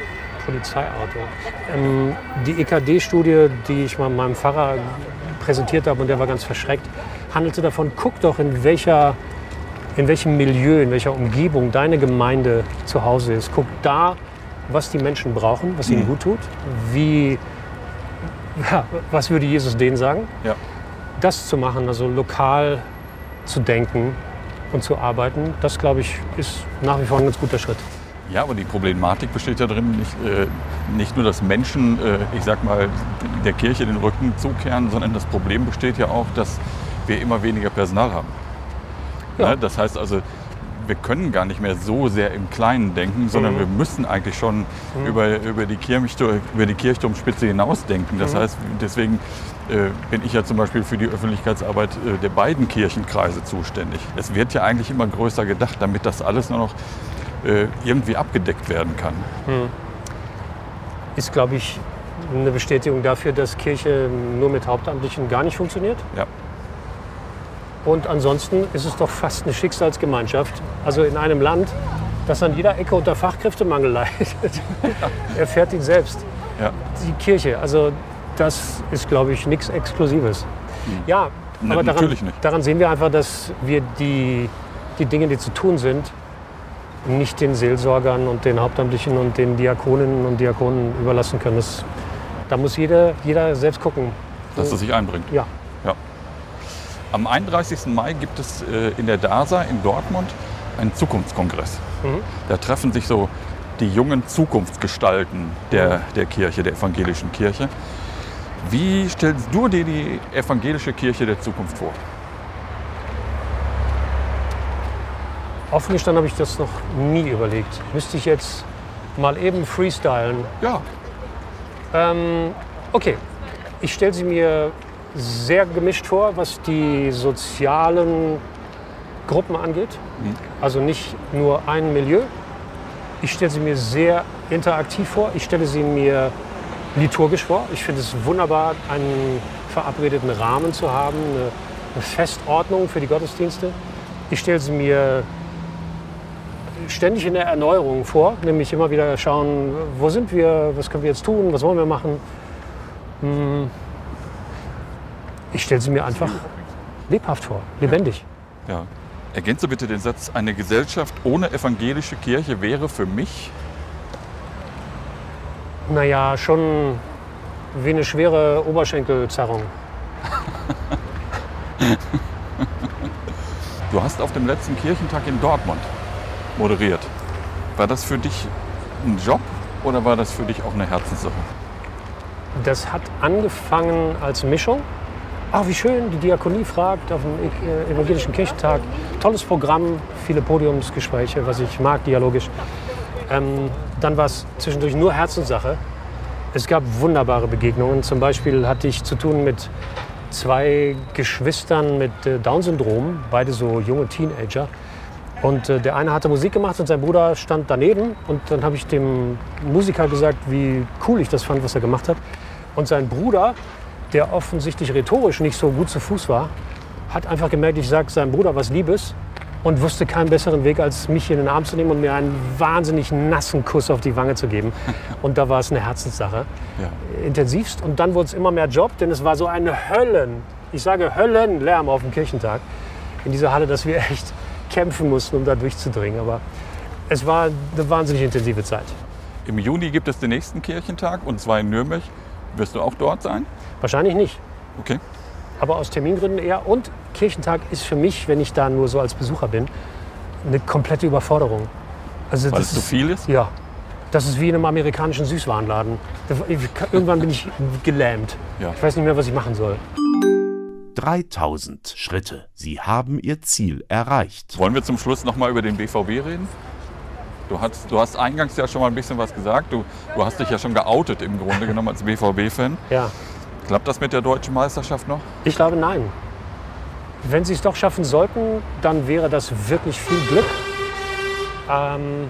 Polizeiauto. Ähm, die E K D-Studie, die ich mal meinem Pfarrer präsentiert habe und der war ganz verschreckt, handelte davon, guck doch, in, welcher, in welchem Milieu, in welcher Umgebung deine Gemeinde zu Hause ist. Guck da, was die Menschen brauchen, was ihnen gut tut. Wie, ja, was würde Jesus denen sagen? Ja. Das zu machen, also lokal zu denken und zu arbeiten, das, glaube ich, ist nach wie vor ein ganz guter Schritt. Ja, aber die Problematik besteht ja drin, nicht, äh, nicht nur, dass Menschen, äh, ich sag mal, der Kirche den Rücken zukehren, sondern das Problem besteht ja auch, dass wir immer weniger Personal haben. Ja. Ne? Das heißt also, wir können gar nicht mehr so sehr im Kleinen denken, sondern mhm. wir müssen eigentlich schon mhm. über, über, die Kirchturm, über die Kirchturmspitze hinaus denken. Das mhm. heißt, deswegen äh, bin ich ja zum Beispiel für die Öffentlichkeitsarbeit äh, der beiden Kirchenkreise zuständig. Es wird ja eigentlich immer größer gedacht, damit das alles nur noch äh, irgendwie abgedeckt werden kann. Mhm. Ist, glaube ich, eine Bestätigung dafür, dass Kirche nur mit Hauptamtlichen gar nicht funktioniert. Ja. Und ansonsten ist es doch fast eine Schicksalsgemeinschaft. Also in einem Land, das an jeder Ecke unter Fachkräftemangel leidet, erfährt ihn selbst. Ja. Die Kirche, also das ist, glaube ich, nichts Exklusives. Mhm. Ja, Ne, aber daran, natürlich nicht. daran sehen wir einfach, dass wir die, die Dinge, die zu tun sind, nicht den Seelsorgern und den Hauptamtlichen und den Diakoninnen und Diakonen überlassen können. Das, da muss jeder, jeder selbst gucken. Dass er sich einbringt. Ja. Ja. Am einunddreißigsten Mai gibt es äh, in der D A S A in Dortmund einen Zukunftskongress. Mhm. Da treffen sich so die jungen Zukunftsgestalten der, der Kirche, der evangelischen Kirche. Wie stellst du dir die evangelische Kirche der Zukunft vor? Offen gestanden habe ich das noch nie überlegt. Müsste ich jetzt mal eben freestylen. Ja. Ähm, okay, ich stelle sie mir sehr gemischt vor, was die sozialen Gruppen angeht. Mhm. Also nicht nur ein Milieu. Ich stelle sie mir sehr interaktiv vor. Ich stelle sie mir liturgisch vor. Ich finde es wunderbar, einen verabredeten Rahmen zu haben, eine, eine Festordnung für die Gottesdienste. Ich stelle sie mir ständig in der Erneuerung vor, nämlich immer wieder schauen, wo sind wir, was können wir jetzt tun, was wollen wir machen. Ich stelle sie mir einfach lebhaft vor, lebendig. Ja. Ja. Ergänze bitte den Satz, eine Gesellschaft ohne evangelische Kirche wäre für mich? Naja, schon wie eine schwere Oberschenkelzerrung. Du hast auf dem letzten Kirchentag in Dortmund moderiert. War das für dich ein Job oder war das für dich auch eine Herzenssache? Das hat angefangen als Mischung. Ah, wie schön, die Diakonie fragt auf dem evangelischen Kirchentag. Tolles Programm, viele Podiumsgespräche, was ich mag, dialogisch. Ähm, dann war es zwischendurch nur Herzenssache. Es gab wunderbare Begegnungen. Zum Beispiel hatte ich zu tun mit zwei Geschwistern mit äh, Down-Syndrom, beide so junge Teenager. Und äh, der eine hatte Musik gemacht und sein Bruder stand daneben. Und dann habe ich dem Musiker gesagt, wie cool ich das fand, was er gemacht hat. Und sein Bruder, der offensichtlich rhetorisch nicht so gut zu Fuß war, hat einfach gemerkt, ich sage seinem Bruder was Liebes und wusste keinen besseren Weg, als mich in den Arm zu nehmen und mir einen wahnsinnig nassen Kuss auf die Wange zu geben. Und da war es eine Herzenssache. Ja. Intensivst. Und dann wurde es immer mehr Job, denn es war so ein Höllen, ich sage Höllenlärm auf dem Kirchentag in dieser Halle, dass wir echt kämpfen mussten, um da durchzudringen. Aber es war eine wahnsinnig intensive Zeit. Im Juni gibt es den nächsten Kirchentag, und zwar in Nürnberg. Wirst du auch dort sein? Wahrscheinlich nicht. Okay. Aber aus Termingründen eher. Und Kirchentag ist für mich, wenn ich da nur so als Besucher bin, eine komplette Überforderung. Also Weil das es zu viel ist? Ja. Das ist wie in einem amerikanischen Süßwarenladen. Irgendwann bin ich gelähmt. Ja. Ich weiß nicht mehr, was ich machen soll. dreitausend Schritte. Sie haben Ihr Ziel erreicht. Wollen wir zum Schluss noch mal über den B V B reden? Du hast, du hast eingangs ja schon mal ein bisschen was gesagt. Du, du hast dich ja schon geoutet im Grunde genommen als B V B-Fan. Ja. Klappt das mit der deutschen Meisterschaft noch? Ich glaube, nein. Wenn sie es doch schaffen sollten, dann wäre das wirklich viel Glück. Ähm,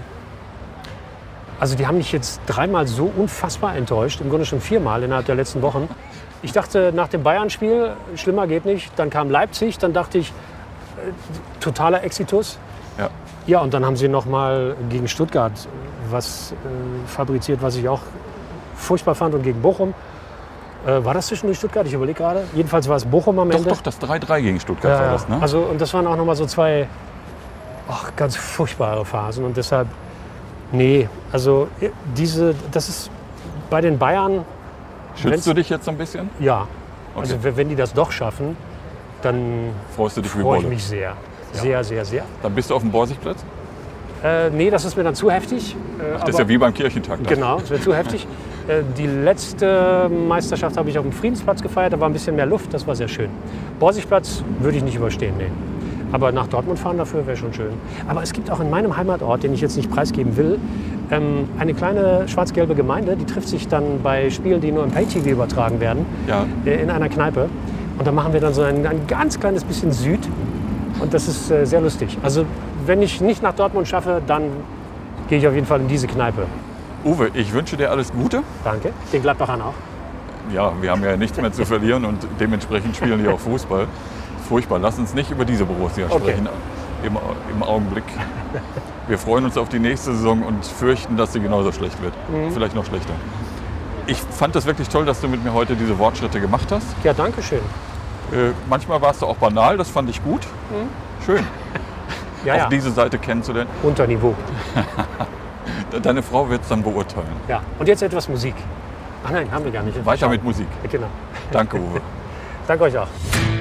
also die haben mich jetzt dreimal so unfassbar enttäuscht, im Grunde schon viermal innerhalb der letzten Wochen. Ich dachte, nach dem Bayern-Spiel, schlimmer geht nicht, dann kam Leipzig, dann dachte ich, äh, totaler Exitus. Ja. Ja, und dann haben sie noch mal gegen Stuttgart was äh, fabriziert, was ich auch furchtbar fand, und gegen Bochum. Äh, war das zwischendurch Stuttgart? Ich überlege gerade. Jedenfalls war es Bochum am Doch, Ende. doch, das drei drei gegen Stuttgart Ja, war das, ne? Also, und das waren auch noch mal so zwei ach, ganz furchtbare Phasen. Und deshalb, nee, also diese, das ist bei den Bayern, Schützt wenn's- du dich jetzt so ein bisschen? ja. Okay. Also w- wenn die das doch schaffen, dann Freust du dich wie freue ich Bolle? mich sehr. Sehr, sehr, sehr. Dann bist du auf dem Borsigplatz? Äh, nee, das ist mir dann zu heftig. Äh, Das ist ja wie beim Kirchentag. da. Genau, das wäre zu heftig. Äh, die letzte Meisterschaft habe ich auf dem Friedensplatz gefeiert, da war ein bisschen mehr Luft, das war sehr schön. Borsigplatz würde ich nicht überstehen, nee. Aber nach Dortmund fahren dafür wäre schon schön. Aber es gibt auch in meinem Heimatort, den ich jetzt nicht preisgeben will, ähm, eine kleine schwarz-gelbe Gemeinde, die trifft sich dann bei Spielen, die nur im Pay-T V übertragen werden, Ja. äh, in einer Kneipe. Und da machen wir dann so ein, ein ganz kleines bisschen Süd. Und das ist äh, sehr lustig. Also wenn ich nicht nach Dortmund schaffe, dann gehe ich auf jeden Fall in diese Kneipe. Uwe, ich wünsche dir alles Gute. Danke. Den Gladbachern auch. Ja, wir haben ja nichts mehr zu verlieren und dementsprechend spielen die auch Fußball. Furchtbar. Lass uns nicht über diese Borussia Okay. sprechen im, im Augenblick. Wir freuen uns auf die nächste Saison und fürchten, dass sie genauso schlecht wird. Vielleicht noch schlechter. Ich fand das wirklich toll, dass du mit mir heute diese Wortschritte gemacht hast. Ja, danke schön. Äh, manchmal warst du auch banal, das fand ich gut. Schön, Ja, auch ja. diese Seite kennenzulernen. Unter Niveau. Deine Frau wird es dann beurteilen. Ja. Und jetzt etwas Musik. Ach nein, haben wir gar nicht. Weiter Schade. mit Musik. Genau. Danke, Uwe. Danke euch auch.